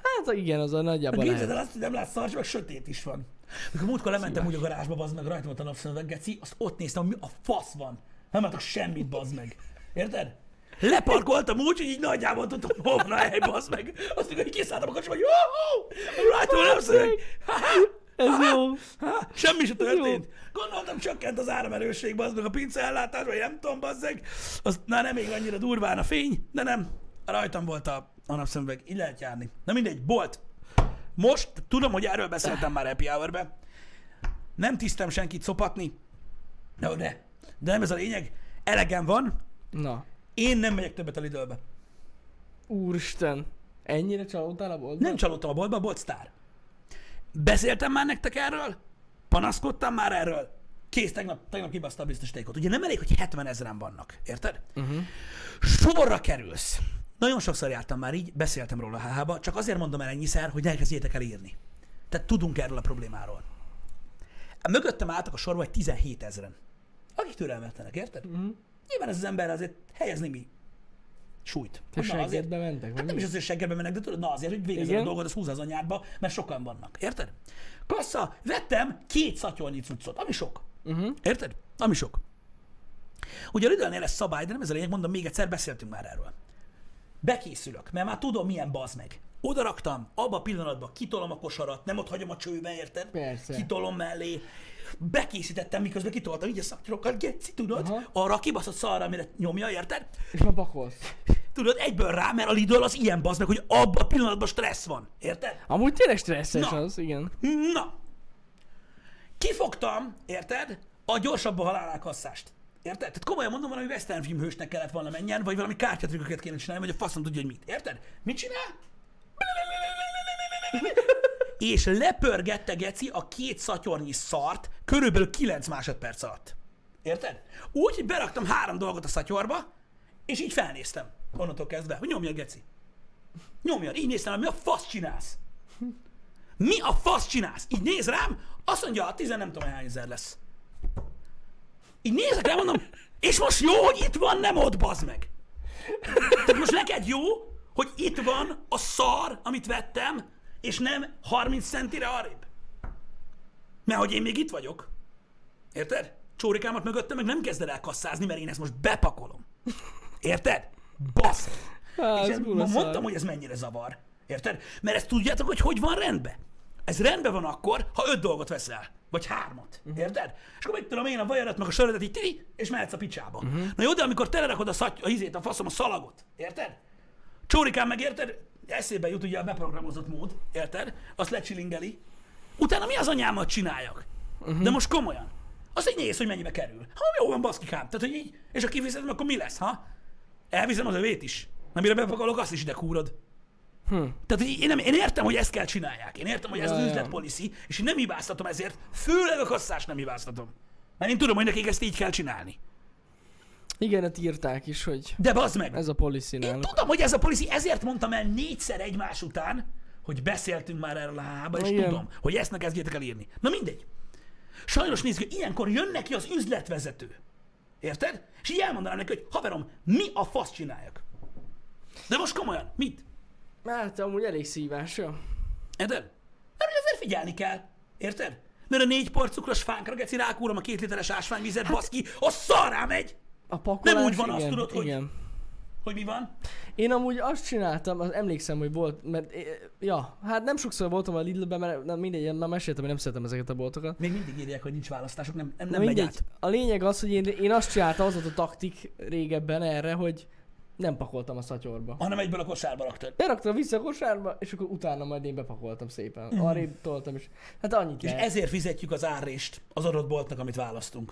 Hát igen, az a nagyjából Képzeld lehet. el azt, hogy nem látsz szar, csak úgy is van. Mikor múltkor lementem úgy a garázsba, bazd meg, rajta volt a napszemüveg, geci, azt ott néztem, hogy mi a fasz van. Nem látok semmit, bazd meg. Érted? Leparkoltam úgy, hogy így nagyjából tudtam, hogy hol van a hely, bazd meg. Azt mikor így kiszálltam a kocsiba, hogy jó, rajta van a napszemüveg. Ez jó. Ha, semmi se történt. Gondoltam, csökkent az áramerősség, bazd meg a pince ellátás, vagy nem tudom, bazd meg. Az, na nem még annyira durván a fény, de nem. Rajtam volt a, a napszemüveg, így lehet járni. Na mindegy, bolt. Most, tudom, hogy erről beszéltem már happy hour-be. Nem tisztem senkit szopatni. No, de. De nem ez a lényeg. Elegem van. Na. Én nem megyek többet a Lidlbe. Úristen. Ennyire csalódtál a boltban? Nem csalódtam a boltba, a bolt sztár. Beszéltem már nektek erről? Panaszkodtam már erről? Kész, tegnap, tegnap kibaszta a biztosítékot. Ugye nem elég, hogy hetven ezeren vannak, érted? Uh-huh. Sorra kerülsz. Nagyon sokszor jártam már így, beszéltem róla a há há-ba, csak azért mondom el ennyiszer, hogy elkezdjétek el írni. Tehát tudunk erről a problémáról. Mögöttem álltak a sorba egy tizenhét ezeren. Akik türelmetlenek, érted? Uh-huh. Nyilván ez az ember azért helyez némi súlyt. Te seggedbe mentek? Hát vagy nem mi? is azért, hogy seggedbe mennek, de tudod, na azért, hogy végezzel Igen? a dolgod, az húzz az anyádba, mert sokan vannak. Érted? Kassa, vettem két szatyornyi cuccot, ami sok. Uh-huh. Érted? Ami sok. Ugye a Lidlnél lesz szabály, de nem ez a lényeg, mondom, még egyszer beszéltünk már erről. Bekészülök, mert már tudom, milyen bazd meg. Oda raktam, abba a pillanatban kitolom a kosarat, nem ott hagyom a csőbe, érted? Persze. Kitolom mellé. Bekészítettem, miközben kitoltam így a szatyrokkal, geci, tudod? Aha. Arra a kibaszott szarra, amire nyomja, érted? És már pakolsz. Tudod, egyből rá, mert a Lidl az ilyen bazd meg, hogy abban a pillanatban stressz van. Érted? Amúgy tényleg stresszes Na. az, igen. Na! Kifogtam, érted? A gyorsabb a halálnál kasszást. Érted? Tehát komolyan mondom, valami western film hősnek kellett volna menjen, vagy valami kártyatrükköket kéne csinálni, vagy a faszom tudja, hogy mit. Érted? Mit csinál? És lepörgette, geci, a két szatyornyi szart körülbelül kilenc másodperc alatt. Érted? Úgy, hogy beraktam három dolgot a szatyorba, és így felnéztem. Onnantól kezdve, hogy nyomja, geci. Nyomja. Így néztem, hogy mi a fasz csinálsz? Mi a fasz csinálsz? Így néz rám, azt mondja, a tizen nem tudom, hány ezer lesz. Így nézek rá, mondom, és most jó, hogy itt van, nem ott, bazd meg. Tehát most neked jó, hogy itt van a szar, amit vettem, és nem harminc centire arrébb. Mert hogy én még itt vagyok. Érted? Csórikámat mögöttem meg nem kezded el kasszázni, mert én ezt most bepakolom. Érted? Basz. Há, És ez ez, kurva szar. mondtam, hogy ez mennyire zavar. Érted? Mert ezt tudjátok, hogy hogy van rendben. Ez rendben van akkor, ha öt dolgot veszel. Vagy hármat. Uh-huh. Érted? És akkor mit tudom én a vajarat, meg a sörödet így tiri, és mehetsz a picsába. Uh-huh. Na jó, de amikor telerakod a, szaty, a izét, a faszom, a szalagot. Érted? Csórikám meg érted? Eszébe jut ugye a beprogramozott mód. Érted? Azt lecsilingeli. Utána mi az anyámat csináljak? Uh-huh. De most komolyan. Azt így néz, hogy mennyibe kerül. Ha jó van, baszkikám. Tehát, hogy így, és ha kifizetem, akkor mi lesz, ha? Elviszem az övét is. Na mire bepakolok, azt is ide kúrod. Hm. Tehát, hogy én, nem, én értem, hogy ezt kell csinálják. Én értem, hogy ez Ja, az ja. üzletpolicy, és én nem hibáztatom ezért, főleg a kasszás nem hibáztatom. Mert én tudom, hogy nekik ezt így kell csinálni. Igen, hát írták is, hogy De bazd meg! ez a policy Én náluk. tudom, hogy ez a policy, ezért mondtam el négyszer egymás után, hogy beszéltünk már erről a há há-ban, és Igen. tudom, hogy ezt ne kezdjétek el írni. Na mindegy. Sajnos nézzük, hogy ilyenkor jön neki az üzletvezető. Érted? És így elmondanám neki, hogy haverom, mi a fasz csináljak? De most komolyan, mit? Hát amúgy elég szívás, jó? Érted? Mert hogy azért figyelni kell. Érted? Mert a négy porcukros fánkra, geci, rákúrom a két literes ásványvizet, hát, baszki, az szarrá megy! A pakolás, Nem úgy van, igen, azt tudod, hogy- igen. Hogy mi van? Én amúgy azt csináltam, az emlékszem, hogy volt, mert ja, hát nem sokszor voltam a Lidlben, mert nem, mindegy, én már meséltem, hogy nem szeretem ezeket a boltokat. Még mindig írják, hogy nincs választások, nem, nem, Na nem megy mindegy, át. a lényeg az, hogy én, én azt csináltam, az volt a taktik régebben erre, hogy nem pakoltam a szatyorba. Hanem egyből a kosárba raktad. Beraktam vissza a kosárba, és akkor utána majd én bepakoltam szépen. Mm. Arrébb toltam, és hát annyit És lehet. ezért fizetjük az árrést az adott boltnak, amit választunk.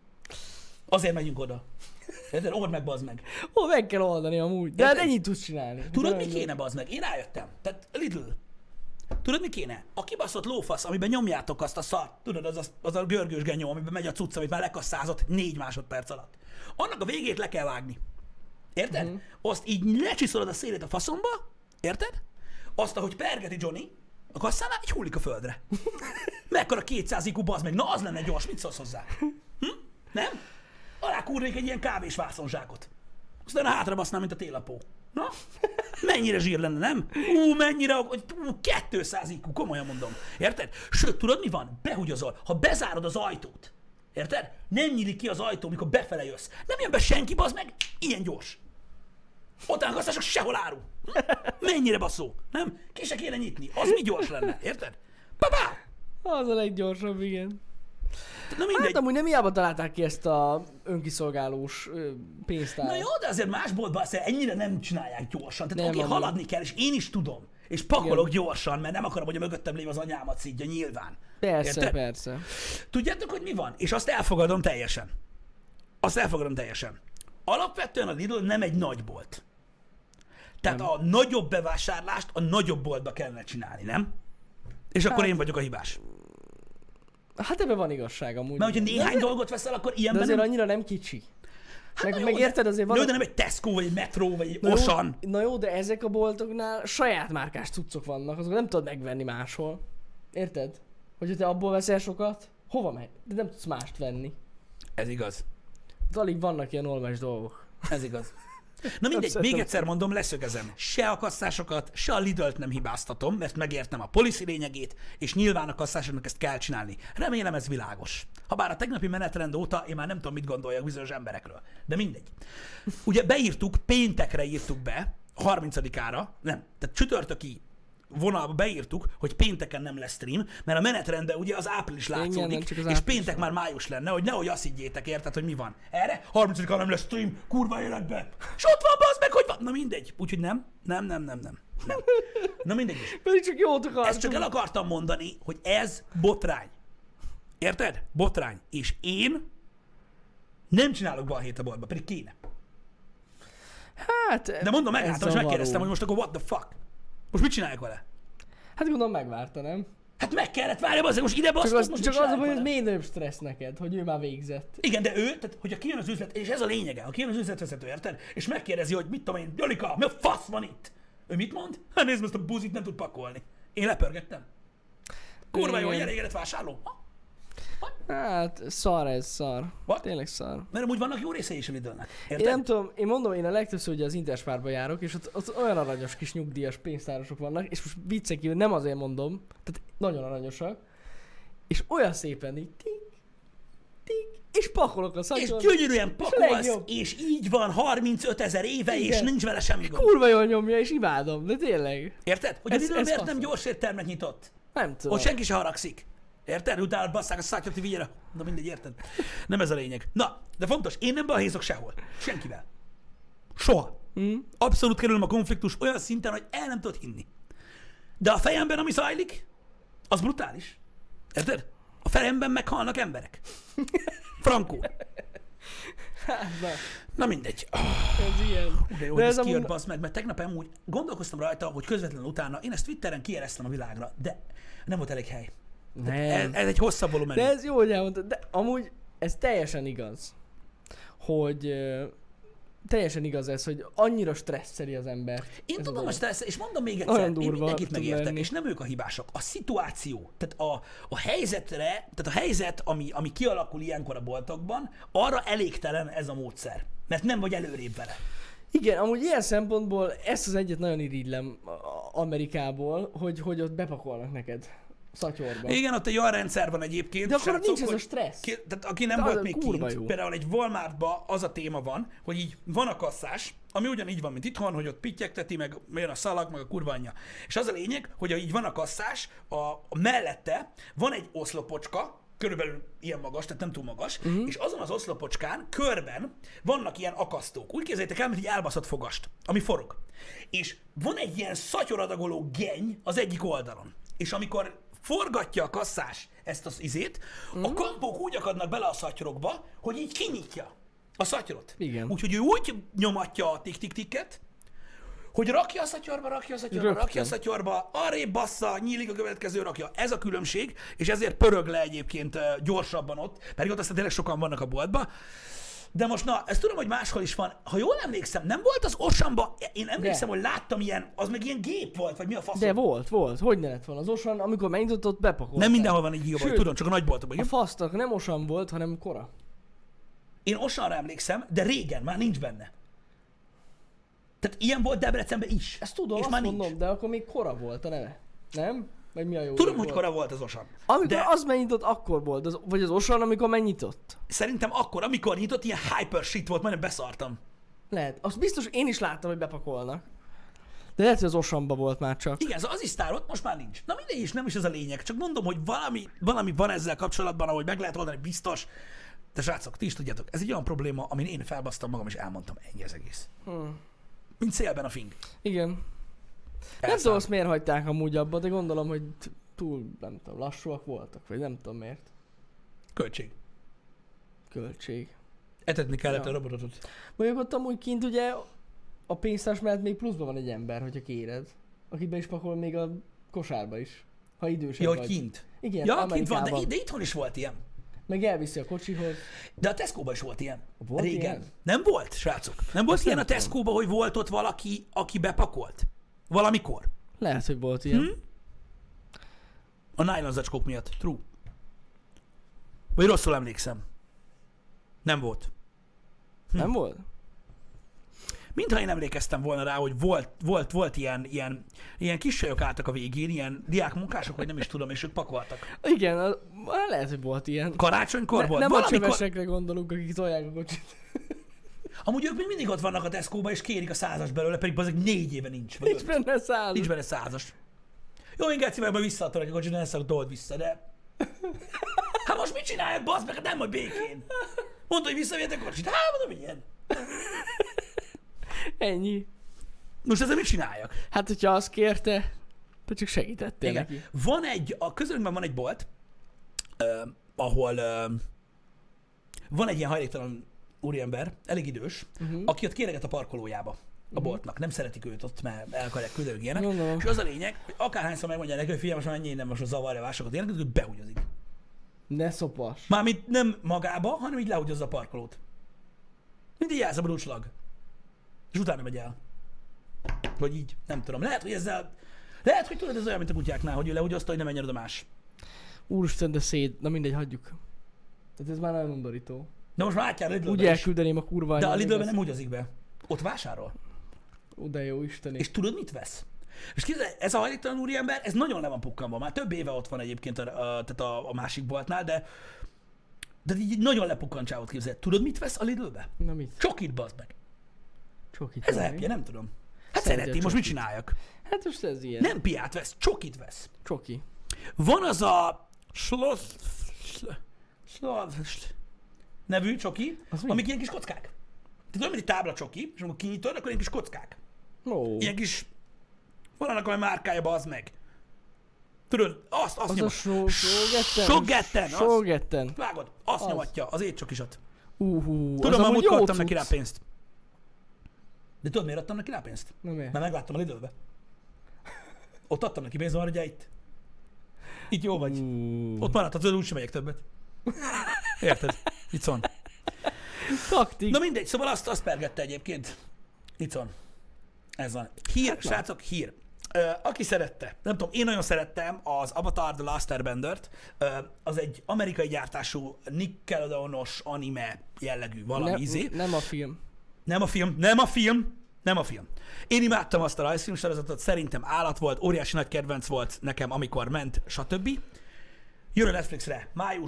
Azért megyünk oda. Érted? Old meg, bazd meg. Ó, meg kell oldani amúgy. De hát Érted? ennyit tudsz csinálni. Tudod, mi De- kéne, bazd meg? Én rájöttem. Tehát Lidl. Tudod, mi kéne? A kibaszott lófasz, amiben nyomjátok azt a szart. Tudod, az a, az a görgős genyó, amiben megy a cucc, amit már lekasszázott négy másodperc alatt. Annak a végét le kell vágni. Érted? Uh-huh. Azt így lecsiszolod a szélét a faszomba. Érted? Azt, ahogy pergeti Johnny a kasszánál, így hullik a földre. Mekkora kétszáz ikú, bazd meg. Na, az lenne gyors. Mit szólsz hozzá? Hm? Nem? Alá kúrnék egy ilyen kávés vászonzsákot. Aztán a hátra basznám, mint a télapó. Na? Mennyire zsír lenne, nem? Ú, mennyire, hogy ú, kétszáz i kú, komolyan mondom. Érted? Sőt, tudod mi van? Behugyozol. Ha bezárod az ajtót, érted? Nem nyílik ki az ajtó, mikor befele jössz. Nem jön be senki, bazd meg, ilyen gyors. Ott állnak sehol áru. Mennyire baszó, nem? Ki se kéne nyitni, az mi gyors lenne, érted? Babá! Az a leggyorsabb, igen. Na mindegy. Hát amúgy nem hiába találták ki ezt a önkiszolgálós ö, pénztárat. Na jó, de azért más boltban azért ennyire nem csinálják gyorsan. Tehát oké, Nem, okay, amúgy. haladni kell, és én is tudom. És pakolok Igen. gyorsan, mert nem akarom, hogy a mögöttem lévő az anyámat szidja, nyilván. Persze, Érted? persze. Tudjátok, hogy mi van? És azt elfogadom teljesen. Azt elfogadom teljesen. Alapvetően a Lidl nem egy nagy bolt. Tehát Nem. a nagyobb bevásárlást a nagyobb boltba kellene csinálni, nem? És akkor Hát- én vagyok a hibás. Hát ebben van igazság amúgy. Mert hogyha De néhány azért- dolgot veszel, akkor De ilyenben azért nem... annyira nem kicsi. Hát meg, na jó, meg de- érted, azért van... Jó, de nem egy Tesco, vagy egy Metro, vagy egy na, Osan. jó, na jó, de ezek a boltoknál saját márkás cuccok vannak, azokat nem tudod megvenni máshol. Érted? Hogyha te abból veszel sokat, hova megy? De nem tudsz mást venni. Ez igaz. De alig vannak ilyen olvás dolgok. Ez igaz. Na mindegy, Abszolút. még egyszer mondom, leszögezem. Se a kasszásokat, se a Lidl-t nem hibáztatom, mert megértem a policy lényegét, és nyilván a kasszásoknak ezt kell csinálni. Remélem ez világos. Habár a tegnapi menetrend óta én már nem tudom, mit gondoljak bizonyos emberekről. De mindegy. Ugye beírtuk, péntekre írtuk be, harmincadikára, nem, tehát csütörtöki vonalba beírtuk, hogy pénteken nem lesz stream, mert a menetrendben ugye az április Igen, látszódik, nem csak az és április péntek már május lenne, hogy nehogy azt higgyétek, érted, hogy mi van. Erre harmincadikán nem lesz stream, kurva életbe. És ott van, bazd meg, hogy van. Na mindegy. Úgyhogy nem, nem, nem, nem, nem. nem. Na mindegy is. Pedig csak jót akartunk. Ezt csak el akartam mondani, hogy ez botrány. Érted? Botrány. És én nem csinálok balhét a boltba, pedig kéne. Hát, De mondom, ez megálltam, és megkérdeztem, zavaró. hogy most akkor what the fuck? Most mit csináljak vele? Hát gondolom megvárta, nem? Hát meg kellett várjam, azért most ide Csak basztok, az, most csak mit az a csináljak baj, hogy vele? még nagyobb stressz neked, hogy ő már végzett. Igen, de ő, tehát hogyha kijön az üzlet, és ez a lényege, ha kijön az üzletvezető, érted? És megkérdezi, hogy mit tudom én, Jolika, mi a fasz van itt? Ő mit mond? Hát nézd, ezt a buzit nem tud pakolni. Én lepörgettem. Kurva jó, hogy Igen. elégedett vásárló. Ha? Hát, szar ez, szar. What? Tényleg szar. Mert amúgy vannak jó részei is a Lidlnek. Én Érted? nem tudom, én mondom, én a legtöbbször ugye az Interspárba járok, és ott, ott olyan aranyos kis nyugdíjas pénztárosok vannak, és most viccen kívül nem azért mondom, tehát nagyon aranyosak, és olyan szépen így tik, tik, és pakolok a És szatyon. gyönyörűen pakolsz, legjobb. és így van harmincöt ezer éve, és Igen. nincs vele semmi gond. Kurva jól nyomja, és imádom, de tényleg. Érted? Hogy a Ez- Lidl ez miért fasz. nem gyors éttermet nyitott? Nem tudom. Ott senki se haragszik. Érted? Utána basszák a szátyot, hogy vigyere. Na mindegy, érted? Nem ez a lényeg. Na, de fontos, én nem balhézok sehol. Senkivel. Soha. Hm? Abszolút kerülöm a konfliktus olyan szinten, hogy el nem tudod hinni. De a fejemben, ami zajlik, az brutális. Érted? A fejemben meghalnak emberek. Frankó. Hát, na, Na mindegy. Oh, ez ilyen. de jó, De hogy ez ez kijött, amúgy- bassz meg, mert tegnap amúgy gondolkoztam rajta, hogy közvetlenül utána, én ezt Twitteren kijeleztem a világra, de nem volt elég hely. Ez, Nem. ez egy hosszabb volumenű. De ez jó, hogy elmondtad, de amúgy ez teljesen igaz, hogy ö, teljesen igaz ez, hogy annyira stresszeli az ember. Én ez a tudom, dolog. hogy stressz, és mondom még egyszer, Olyan én durva mindenkit tud megértek, lenni. és nem ők a hibások. A szituáció, tehát a, a helyzetre, tehát a helyzet, ami, ami kialakul ilyenkor a boltokban, arra elégtelen ez a módszer. Mert nem vagy előrébb vele. Igen, amúgy ilyen szempontból ezt az egyet nagyon irigylem a- Amerikából, hogy, hogy ott bepakolnak neked szatyorba. Igen, ott egy olyan rendszer van egyébként. De akkor ott srácok, nincs ez a hogy stressz. Ki, tehát aki nem De volt az még kurva kint, jó. például egy Walmartban az a téma van, hogy így van a kasszás, ami ugyanígy van, mint itthon, hogy ott pittyegteti, meg jön a szalag, meg a kurva anyja. És az a lényeg, hogy így van a kasszás, a, a mellette van egy oszlopocska, körülbelül ilyen magas, tehát nem túl magas, uh-huh. és azon az oszlopocskán körben vannak ilyen akasztók. Úgy képzeljétek el, mint egy elbaszott fogast, ami forog. És van egy ilyen szatyoradagoló geny az egyik oldalon. És amikor forgatja a kasszás ezt az izét, uh-huh. a kampók úgy akadnak bele a szatyorokba, hogy így kinyitja a szatyorot. Igen. Úgyhogy ő úgy nyomatja a tik-tik-tiket, hogy rakja a szatyorba, rakja a szatyorba, Rögtön. rakja a szatyorba, arrébb bassza, nyílik a következő, rakja. Ez a különbség, és ezért pörög le egyébként ö, gyorsabban ott, pedig ott aztán tényleg sokan vannak a boltban. De most na, ezt tudom, hogy máshol is van. Ha jól emlékszem, nem volt az Osanba, én emlékszem, De. hogy láttam ilyen, az meg ilyen gép volt, vagy mi a fasz? De volt, volt. Hogy ne lett volna? Az Osan, amikor megnyitott, ott bepakolták. Nem mindenhol van egy gép, Sőt, tudom, csak a nagyboltokban. A igen. fasztak nem Osan volt, hanem Kora. Én Osanra emlékszem, de régen, már nincs benne. Tehát ilyen volt Debrecenben is. Ezt tudom, és azt már mondom, nincs. de akkor még kora volt a neve. Nem? Vagy mi a jó? Tudom, volt? hogy kora volt az Osan. Amikor de az megnyitott, akkor volt. Az, vagy az Osan, amikor megnyitott. szerintem akkor, amikor nyitott, ilyen hyper shit volt, majdnem beszartam. Lehet. Azt biztos én is láttam, hogy bepakolnak. De lehet, hogy az Osanba volt már csak. Igen, az az ott most már nincs. Na mindegy is, nem is ez a lényeg. Csak mondom, hogy valami, valami van ezzel kapcsolatban, ahogy meg lehet oldani, biztos. De srácok, ti is tudjátok, ez egy olyan probléma, amin én felbasztam magam, és elmondtam, ennyi az egész. Hmm. Mint szélben a fing. Igen. Nem Elszáll. tudom, azt miért hagyták amúgy abba, de gondolom, hogy t- túl, nem tudom, lassúak voltak, vagy nem tudom miért. Költség. Költség. Etetni kellett Ja. a robotot. Mondjuk ott amúgy kint ugye a pénztás mellett még pluszban van egy ember, hogyha kéred. Aki be is pakol még a kosárba is. Ha idősebb Ja, hogy vagy. kint. Igen, Ja, kint van, de, Amerikában. de itthon is volt ilyen. Meg elviszi a kocsihoz. De a Tesco-ban is volt ilyen. Volt Régen. ilyen? Nem volt, srácok? Nem volt Azt ilyen nem a Tesco-ban, hogy volt ott valaki, aki bepakolt? Valamikor? Lehet, hogy volt ilyen. Hm? A nylon zacskók miatt. True. Vagy rosszul emlékszem. Nem volt. Hm. Nem volt? Mintha én emlékeztem volna rá, hogy volt, volt, volt ilyen, ilyen, ilyen kis csajok álltak a végén, ilyen diákmunkások, vagy nem is tudom, és ők pakoltak. Igen, az, hát lehet, hogy volt ilyen. Karácsonykor Ne, volt. nem Valamikor... a csevesekre gondolunk, akik tolják a kocsit. Amúgy ők még mindig ott vannak a Tesco-ba, és kérik a százas belőle, pedig azok négy éve nincs. Vagy Nincs öt. benne száz. Nincs benne százas. Jó, én Geci meg visszaadtam neki a kocsit, ne szarok told vissza, de... Hát most mit csináljak, bazd meg, hát nem majd békén. Mondta, hogy visszavihet a kocsit. Hát mondom, ilyen. Ennyi. Most ezzel mit csináljak? Hát, hogyha azt kérte, te csak segítettél Igen. neki. Van egy, a közönkben van egy bolt, uh, ahol uh, van egy ilyen hajléktalan úriember, elég idős, uh-huh. aki ott kéreget a parkolójába a Uh-huh. boltnak. Nem szeretik őt ott, mert el akarják küldeni ilyenek. Gondolom. És az a lényeg, hogy akárhányszor megmondják neki, hogy figyelj, most már ennyi nem most a zavarja a vásokat ilyenek, hogy behugyozik. Ne szopas. Mármint nem magába, hanem így lehugyozza a parkolót. Mint egy elszabadult slag. És utána megy el. Vagy így, nem tudom. Lehet, hogy ezzel... Lehet, hogy tudod, ez olyan, mint a kutyáknál, hogy ő lehugyozta, hogy ne menjen oda más. Úristen, de szét. Na mindegy, hagyjuk. Tehát ez már nagyon undorító. De most már átjár a Lidlbe Úgy is. elküldeném a kurva De a anyád, Lidlbe még nem hugyozik be. Ott vásárol. Ó, de jó Isteni. És tudod, mit vesz? És képzeld, ez a hajléktalan úriember, ez nagyon le van pukkanva. Már több éve ott van egyébként a, a, tehát a, a másik boltnál, de de így nagyon lepukkancsávot képzel. Tudod, mit vesz a Lidlbe? Na mit? Csokit, bazd meg. Csokit. Ez a venni? happy, nem tudom. Hát Szereti szereti, a most mit csokit. csináljak? Hát most ez ilyen. Nem piát vesz, csokit vesz. Csoki. Van az a Schloss... Schloss... nevű csoki, Az mi? amik ilyen kis kockák. Tehát olyan, mint egy tábla csoki, és amikor kinyitod, akkor ilyen kis kockák. Ó. Ilyen kis... Van annak a márkája, bazd meg. Tudod, azt, azt Az nyom... a so- Sogetten? Sogetten, az. Sogetten. Vágod, azt Az. nyomatja, az étcsokisat. Uhú. Tudom, már amúgy múltkor jó adtam neki rá cucc. pénzt. De tudod, miért adtam neki rá pénzt? Na miért? Mert megláttam a Lidlbe. Ott adtam neki pénzt, van, ugye itt. Itt jó vagy. Ú. Ott maradhat, tudod, úgysem megyek többet. Érted? Itt van. Taktik. Na mindegy, szóval azt, azt pergette egyébként. Itt van. Ez van. Hír, Hát na. srácok, hír. Ö, aki szerette, nem tudom, én nagyon szerettem az Avatar The Last Airbender-t. Ö, az egy amerikai gyártású Nickelodeonos anime jellegű valami nem, izé. nem a film. Nem a film, nem a film, nem a film. Én imádtam azt a rajzfilm sorozatot, szerintem állat volt, óriási nagy kedvenc volt nekem, amikor ment, stb. Jön a Netflixre, május...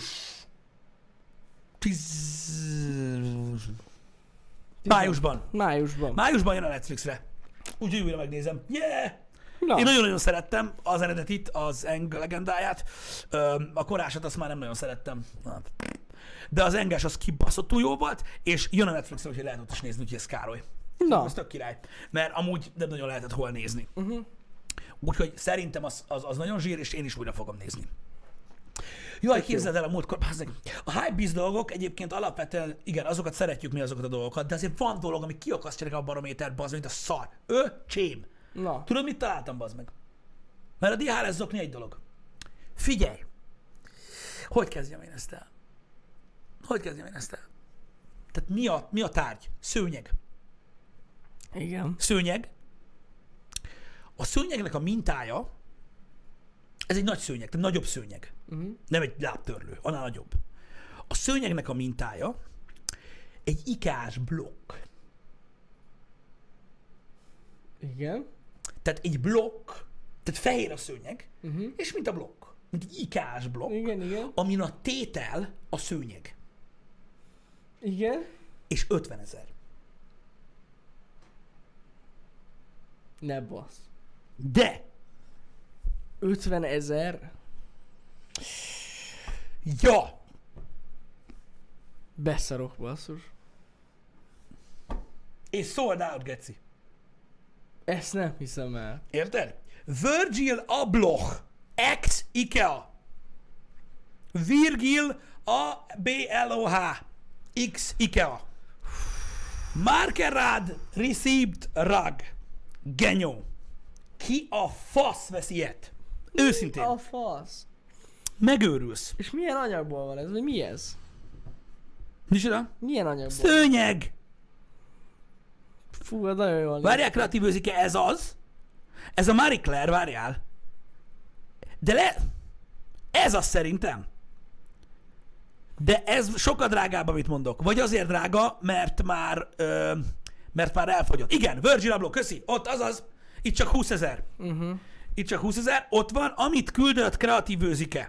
Tiz... Májusban. Májusban. Májusban jön a Netflixre. Úgyhogy újra megnézem. Yeah! Na. Én nagyon-nagyon szerettem az eredetit, az Eng legendáját. Ö, A korásat azt már nem nagyon szerettem. Na. De az Enges az kibaszottul jó volt, és jön a Netflixre, úgyhogy lehet ott is nézni, úgyhogy ez Károly. Na. Ez tök király. Mert amúgy nem nagyon lehetett hol nézni. Uh-huh. Úgyhogy szerintem az, az, az nagyon zsír, és én is újra fogom nézni. Jaj, képzeld el a múltkor, bazzeg. A hypebeast dolgok egyébként alapvetően, igen, azokat szeretjük mi azokat a dolgokat, de azért van dolog, ami kiakasztja nekem a barométert, bazd, mint a szar. Ő, csém. Na. Tudod, mit találtam, bazd meg? Mert a dé há er es zokni egy dolog. Figyelj! Hogy kezdjem én ezt el? Hogy kezdjem én ezt el? Tehát mi a, mi a tárgy? Szőnyeg. Igen. Szőnyeg. A szőnyegnek a mintája, ez egy nagy szőnyeg, tehát nagyobb szőnyeg. Uh-huh. Nem egy lábtörlő, annál nagyobb. A szőnyegnek a mintája egy ikás blokk. Igen. Tehát egy blokk, tehát fehér a szőnyeg, Uh-huh. és mint a blokk, mint egy i ká-s blokk, Igen, igen. amin a tétel a szőnyeg, Igen. és ötvenezer. Ne basz. De ötvenezer? ja, Beszarok, basszus. és sold out, geci. Ezt nem hiszem el. Érted? Virgil Abloh ex IKEA. Virgil A B L O H X IKEA. Markerad received rug. Genyó. Ki a fasz vesz ilyet? Őszintén. A fasz. Megőrülsz. És milyen anyagból van ez? Vagy mi ez? Micsoda? Milyen anyagból? Szőnyeg. Fú, ez nagyon jól. Várjál, kreatív őzike, ez az? Ez a Marie Claire, várjál. De le... Ez az szerintem. De ez sokkal drágább, amit mondok. Vagy azért drága, mert már... Ö, mert már elfogyott. Igen, Virgil Abloh, köszi. Ott azaz. Itt csak húszezer. Uh-huh. Itt csak húszezer. Ott van, amit küldött kreatív őzike.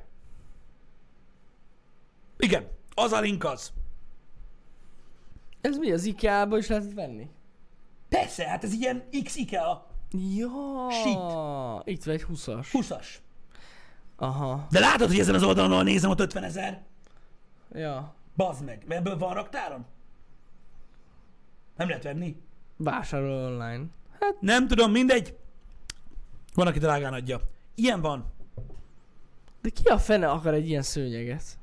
Igen, az a link az. Ez mi? Az IKEA-ba is lehetett venni? Persze, hát ez ilyen X IKEA Ja. Shit. Itt van egy húszas. húszas. Aha. De látod, hogy ezen az oldalon, ahol nézem, ott ötvenezer? Ja. Bazd meg, mert ebből van raktáron? Nem lehet venni? Vásárol online. Hát, Nem tudom, mindegy. Van, aki drágán adja. Ilyen van. de ki a fene akar egy ilyen szőnyeget?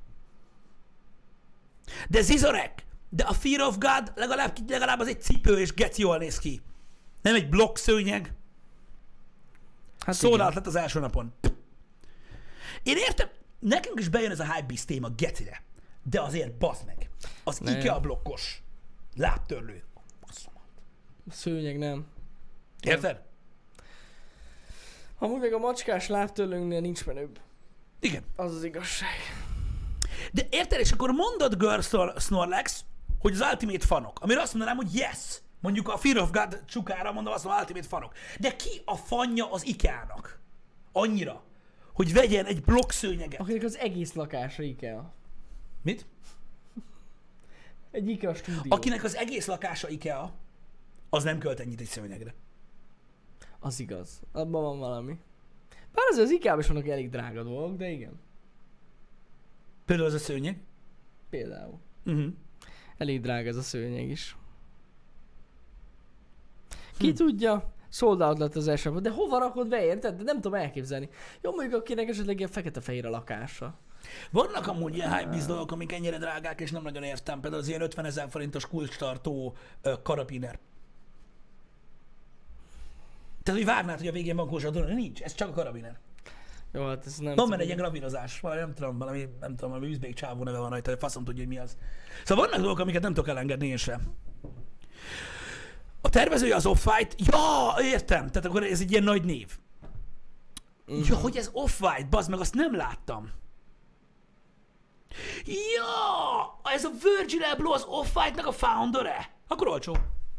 De Zizorek, de a Fear of God legalább, legalább az egy cipő és geci jól néz ki. Nem egy blokk szőnyeg. Hát Szólalt lett az első napon. Én értem, nekünk is bejön ez a hypebeast téma gecire. De azért bazd meg. Az Nem. IKEA blokkos lábtörlő. Basszomat. Szőnyeg nem. Érted? Amúgy meg a macskás lábtörlőnknél nincs menőbb. Igen. Az az igazság. De érted, és akkor mondod Girl Snorlax, hogy az Ultimate fanok, amire azt mondanám, hogy yes, mondjuk a Fear of God csukára mondom azt, hogy Ultimate fanok. De ki a fanja az IKEA-nak? Annyira, hogy vegyen egy blokkszőnyeget. Akinek az egész lakása IKEA. Mit? Egy IKEA stúdió. Akinek az egész lakása IKEA, az nem költ ennyit egy szőnyegre. Az igaz. Abban van valami. Bár azért az IKEA-ban is vannak elég drága dolgok, de igen. Például az a szőnyeg. Például. Uh-huh. Elég drága ez a szőnyeg is. Ki hm. tudja, sold out lett az első, de hova rakod be, érted? De nem tudom elképzelni. Jó, mondjuk akinek esetleg ilyen fekete-fehér a lakása. Vannak amúgy ilyen hypebeast dolgok, amik ennyire drágák, és nem nagyon értem. Például az ilyen ötvenezer forintos kulcstartó uh, karabiner. Tehát, hogy várnád, hogy a végén van kózsadó, de nincs, ez csak a karabiner. Jó, hát ez nem... Van benne egy ilyen gravírozás, valami nem tudom, valami, nem tudom, valami üzbék csávó neve van rajta, hogy faszom tudja, hogy mi az. Szóval vannak dolgok, amiket nem tudok elengedni én sem. A tervezője az Off-White, ja, értem, tehát akkor ez egy ilyen nagy név. Uh-huh. Ja, hogy ez Off-White, bazd meg, azt nem láttam. Ja, ez a Virgil Abloh az Off-White-nak a foundere? Akkor olcsó.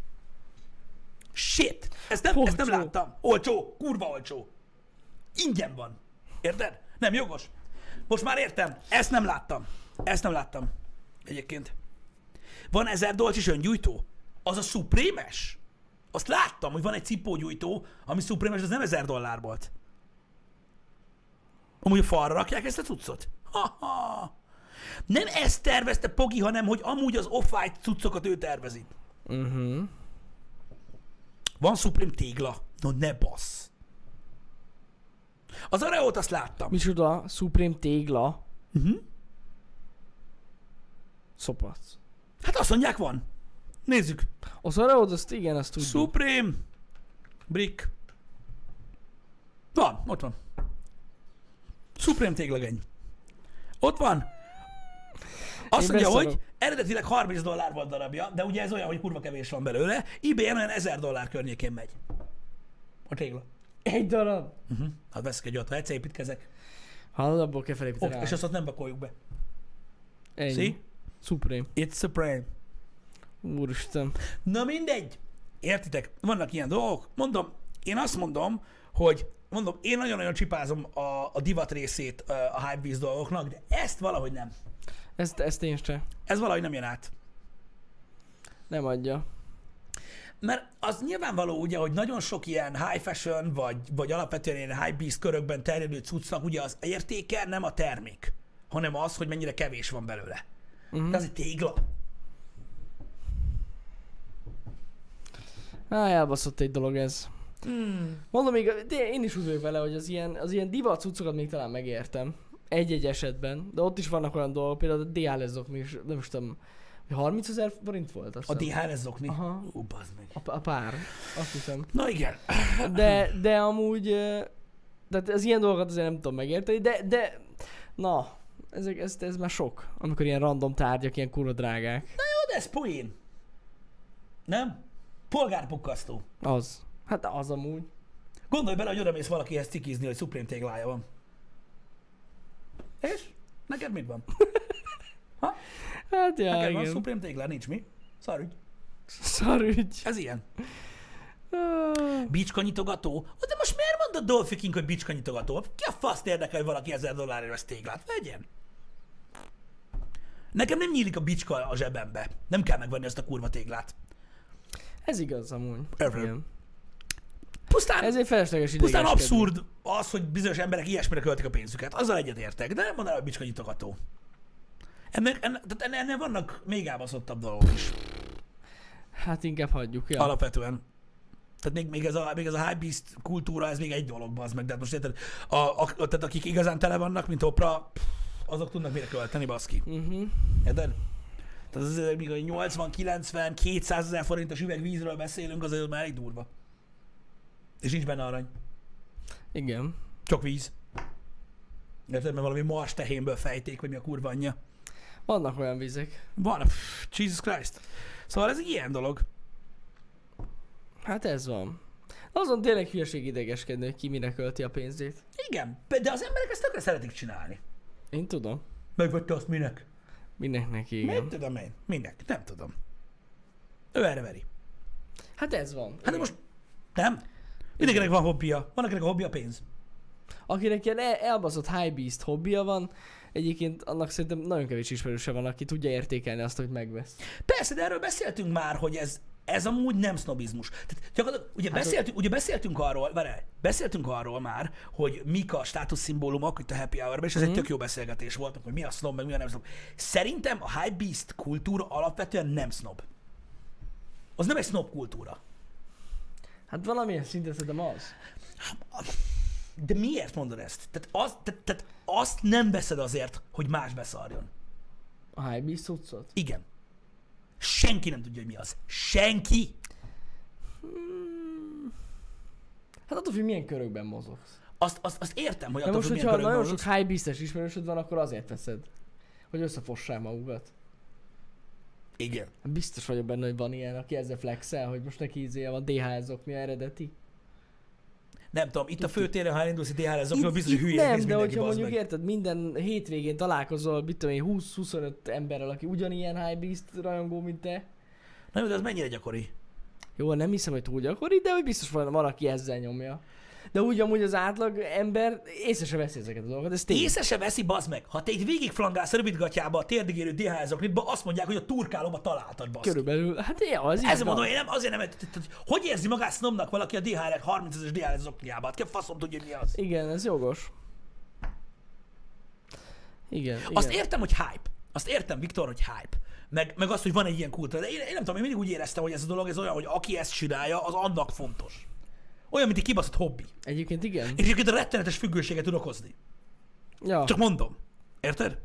Shit, ezt nem, ezt nem láttam. Olcsó, kurva olcsó. Ingyen van. Érted? Nem, jogos. Most már értem. Ezt nem láttam. Ezt nem láttam. Egyébként. Van ezer dolcsis öngyújtó? Az a Supreme-es? Azt láttam, hogy van egy cipógyújtó, ami Supreme-es, az nem ezer dollár volt. Amúgy a falra rakják ezt a cuccot? Ha-ha. Nem ezt tervezte Pogi, hanem hogy amúgy az Off-White cuccokat ő tervezi. Uh-huh. Van Supreme tégla? No ne bassz. Az Areót azt láttam. Micsoda? Supreme tégla? Uh-huh. Szopac. Hát azt mondják, van. Nézzük. Az Areót, azt igen, azt tudjuk. Supreme brick. Van, ott van. Supreme téglageny. Ott van. Azt Én mondja, beszarok. hogy eredetileg harminc dollár volt darabja, de ugye ez olyan, hogy kurva kevés van belőle. eBay-en olyan ezer dollár környékén megy. A tégla. Egy darab? Uh-huh. Hát veszek egy olyat, ha egyszer építkezek. Hallod, abból kell felépíteni. Oh, és azt ott nem bakoljuk be. Ennyi. See? Supreme. It's Supreme. Úristen. Na mindegy. Értitek? Vannak ilyen dolgok. Mondom, én azt mondom, hogy mondom, én nagyon-nagyon csipázom a, a divat részét a hypebeast dolgoknak, de ezt valahogy nem. Ezt, ezt én sem. Ez valahogy nem jön át. Nem adja. Mert az nyilvánvaló ugye, hogy nagyon sok ilyen high fashion, vagy, vagy alapvetően ilyen hypebeast körökben terjedő cuccnak ugye az értéke nem a termék, hanem az, hogy mennyire kevés van belőle. Uh-huh. De az egy tégla. Á, elbaszott egy dolog ez. Hmm. Mondom még, de én is úgy vagyok vele, hogy az ilyen, az ilyen divat cuccokat még talán megértem. Egy-egy esetben, de ott is vannak olyan dolgok, például a dé há es zokni is, nem is tudom, harmincezer forint volt azt A dé há es zokni? Aha. Ó, bazd meg. A, a pár, azt hiszem. Na igen. De, de amúgy, tehát az ilyen dolgokat azért nem tudom megérteni, de, de, na, ezek, ez, ez már sok, amikor ilyen random tárgyak, ilyen kurva drágák. Na jó, de ez poén. Nem? Polgárpukkasztó. Az. Hát az amúgy. Gondolj bele, hogy odamész valakihez cikizni, hogy Supreme téglája van. És? Neked mit van? Ha? Hát ja, Neked igen. van Supreme téglá, nincs mi? Szarügy. Szarügy. Ez ilyen. Ah. Bicskanyitogató? De most miért mondod Dolphy King, hogy bicskanyitogató? Ki a faszt érdekel, hogy valaki ezer dollárért vesz téglát? Vegyen. Nekem nem nyílik a bicska a zsebembe. Nem kell megvenni ezt a kurva téglát. Ez igaz amúgy. Ever. Igen. Pusztán, Ez egy felesleges pusztán idegeskedni. abszurd az, hogy bizonyos emberek ilyesmire költik a pénzüket. Azzal egyetértek, de nem mondanám, hogy bicskanyitogató. Ennek, ennek, tehát ennek vannak még elbaszottabb dolgok is. Hát inkább hagyjuk, ja. Alapvetően. Tehát még, még, ez a, még ez a hypebeast kultúra, ez még egy dolog, bazd meg. De hát most érted, a, a, tehát akik igazán tele vannak, mint Oprah, pff, azok tudnak mire költeni, baszki. Uh-huh. Érted? Tehát az, míg a nyolcvan, kilencven, kétszázezer forintos üveg vízről beszélünk, azért már elég durva. És nincs benne arany. Igen. Csak víz. Érted? Mert valami mars tehénből fejték, vagy mi a kurva anyja. Vannak olyan vizek. Van, pff, Jesus Christ. Szóval ez egy ilyen dolog. Hát ez van. Azon tényleg hülyeség idegeskedni, hogy ki mire költi a pénzét. Igen, de az emberek ezt tökre szeretik csinálni. Én tudom. Megvette azt minek? Minek neki, Nem igen. tudom én. Minek? Nem tudom. Ő erre veri. Hát ez van. Hát de most nem. Mindenkinek van hobbija. Van, akinek a hobbija pénz. Akinek ilyen el- elbaszott hypebeast hobbija van, egyébként annak szerintem nagyon kevés ismerőse van, aki tudja értékelni azt, hogy megvesz. Persze, de erről beszéltünk már, hogy ez, ez amúgy nem sznobizmus. Tehát gyakorlatilag, ugye, Hát beszéltünk, ugye beszéltünk arról, várj, beszéltünk arról már, hogy mik a státuszszimbólumok itt a happy hour-ben, és ez Mhm. egy tök jó beszélgetés volt, hogy mi a sznob, meg mi a nem sznob. Szerintem a hypebeast kultúra alapvetően nem sznob. Az nem egy sznob kultúra. Hát valamilyen szinten szerintem az. De miért mondod ezt? Tehát, az, tehát, tehát azt nem veszed azért, hogy más beszarjon. A hypebeast cuccot? Igen. Senki nem tudja, hogy mi az. Senki! Hát attól, hogy milyen körökben mozogsz. Azt, azt, azt értem, hogy De attól, most, hogy hogyha milyen nagyon körökben sok mozogsz. hypebeast-es ismerősöd van, akkor azért veszed. Hogy összefossál magukat. Igen. Biztos vagyok benne, hogy van ilyen, aki ezzel flexel, hogy most neki ízéje van dé há es-ok, mi eredeti. Nem tudom, itt a főtéren, ha elindulsz itt dé há es-okról, Itt- biztos, hogy itt hülyének nem, néz de mindenki, hogyha bazd mondjuk meg. érted, minden hétvégén találkozol, mit tudom én, húsz-huszonöt emberrel, aki ugyanilyen hypebeast rajongó, mint te. Na jó, de az mennyire gyakori? Jó, nem hiszem, hogy túl gyakori, de hogy biztos van, van, aki ezzel nyomja. De úgy amúgy az átlag ember észre se veszi ezeket a dolgokat, ez tény. Észre se veszi, bazd meg. Ha te itt végigflangálsz a rövidgatjába a térdigérő dé há es-oknitba, azt mondják, hogy a turkálóba találtad, bazd. Körülbelül, hát ja, az Ez így mondom, van. én nem, azért nem, tehát- tehát- hogy érzi magát sznobnak valaki a dé há es harmincezer dé há es okniába? Hát ki a faszom tudja, hogy mi az? Igen, ez jogos. Igen, Azt igen. értem, hogy hype. Azt értem, Viktor, hogy hype. Meg, meg azt, hogy van egy ilyen kultúra. De én, én nem tudom, én mindig úgy éreztem, hogy ez a dolog ez olyan, hogy aki ezt csinálja, az annak fontos. Olyan, mint egy kibaszott hobbi. Egyébként igen. És egyébként a rettenetes függőséget tud okozni. Ja, Csak mondom. Érted?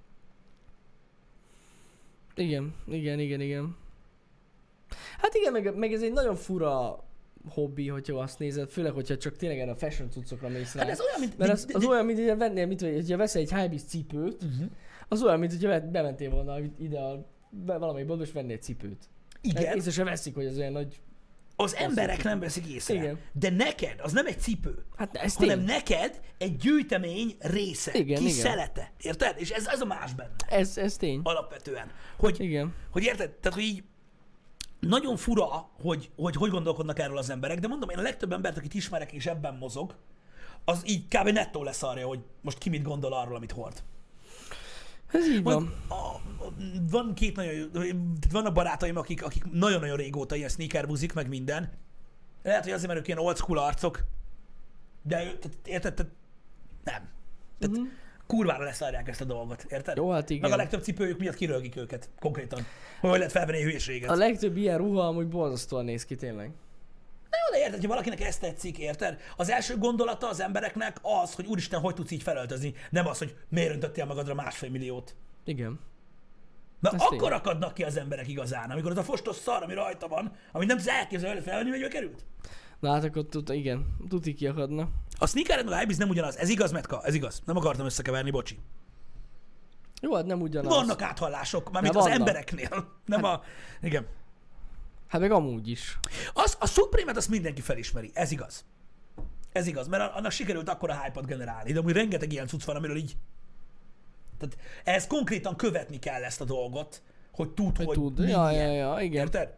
igen, igen, igen, igen. Hát igen, meg, meg ez egy nagyon fura hobbi, hogyha azt nézed, főleg, hogyha csak tényleg erre a fashion cuccokra mész rá. Hát ez olyan, mint... Mert az, mint- az olyan, mint hogyha vennél, mint hogy hogyha veszel egy hypebeast cipőt, Uh-huh. az olyan, mint hogyha be- bementél volna ide a, be, valamelyik boltba, és vennél egy cipőt. Igen. Észre se veszik, hogy az olyan nagy... Az emberek nem veszik észre. Igen. De neked az nem egy cipő, Hát ez hanem tény. neked egy gyűjtemény része, Igen, kis igen. szelete. Érted? És ez, ez a más benne. Ez, ez tény. Alapvetően. Hogy, Igen. hogy érted? Tehát, hogy így nagyon fura, hogy, hogy hogy gondolkodnak erről az emberek, de mondom, én a legtöbb embert, akit ismerek és ebben mozog, az így kb. Nettó leszarja, hogy most ki mit gondol arról, amit hord. Ez így van. Van, a, a, van két nagyon jó, vannak barátaim, akik, akik nagyon-nagyon régóta ilyen sneakerbuzik, meg minden. Lehet, hogy azért, mert ők ilyen old school arcok, de ő- tehát, érted? Tehát, nem. Tehát Mhm. kurvára leszárják ezt a dolgot, érted? Jó, hát igen. Meg a legtöbb cipőjük miatt kirölgik őket, konkrétan. Hogy hogy lehet felvenni a hülyeséget. A legtöbb ilyen ruha amúgy borzasztóan néz ki tényleg. Na jó, de érted, hogy valakinek ezt tetszik, érted? Az első gondolata az embereknek az, hogy úristen, hogy tudsz így felöltözni, nem az, hogy miért öntöttél magadra másfél milliót. Igen. Na Ez akkor tény. akadnak ki az emberek igazán, amikor az a fostos szar, ami rajta van, amit nem tudsz elképzelni, hogy felvenni, hogy került. Na hát akkor tud, igen, tuti kiakadna. A sneaker meg a hypebeast nem ugyanaz. Ez igaz, Metka? Ez igaz. Nem akartam összekeverni, bocsi. Jó, hát nem ugyanaz. Vannak áthallások, mármint Na, az vannak. embereknél. Nem a... Igen. Hát meg amúgy is. Az, a Supreme-et azt mindenki felismeri. Ez igaz. Ez igaz, mert annak sikerült akkora hype-ot generálni, de amúgy rengeteg ilyen cucc van, amiről így... Tehát ehhez konkrétan követni kell ezt a dolgot, hogy tud, hogy, Hogy tud. mi Ja, ilyen. ja, ja, igen. Érted?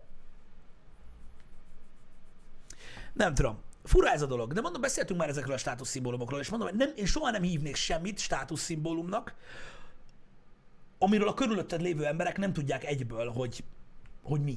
Nem tudom. Fura ez a dolog, de mondom, beszéltünk már ezekről a státuszszimbólumokról, és mondom, hogy nem, én soha nem hívnék semmit státuszszimbólumnak, amiről a körülötted lévő emberek nem tudják egyből, hogy, hogy mi.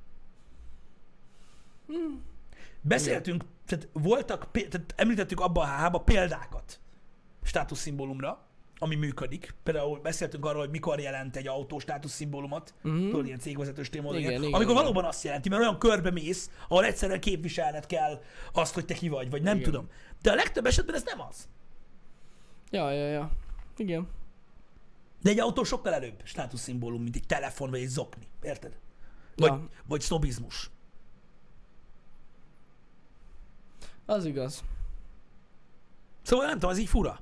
Hmm. Beszéltünk, tehát voltak, pé- tehát említettük abban a hába példákat státuszszimbólumra, ami működik. Például beszéltünk arról, hogy mikor jelent egy autó státuszszimbólumot, Mhm. tudod, ilyen cégvezetős témában, Igen, ilyen, igen, amikor igen. valóban azt jelenti, mert olyan körbe mész, ahol egyszerűen képviselned kell azt, hogy te ki vagy, vagy nem Igen. tudom. De a legtöbb esetben ez nem az. Ja, ja, ja. Igen. De egy autó sokkal előbb státuszszimbólum, mint egy telefon vagy egy zokni. Érted? Vagy, Ja. vagy sznobizmus. Az igaz. Szóval nem tudom, ez így fura.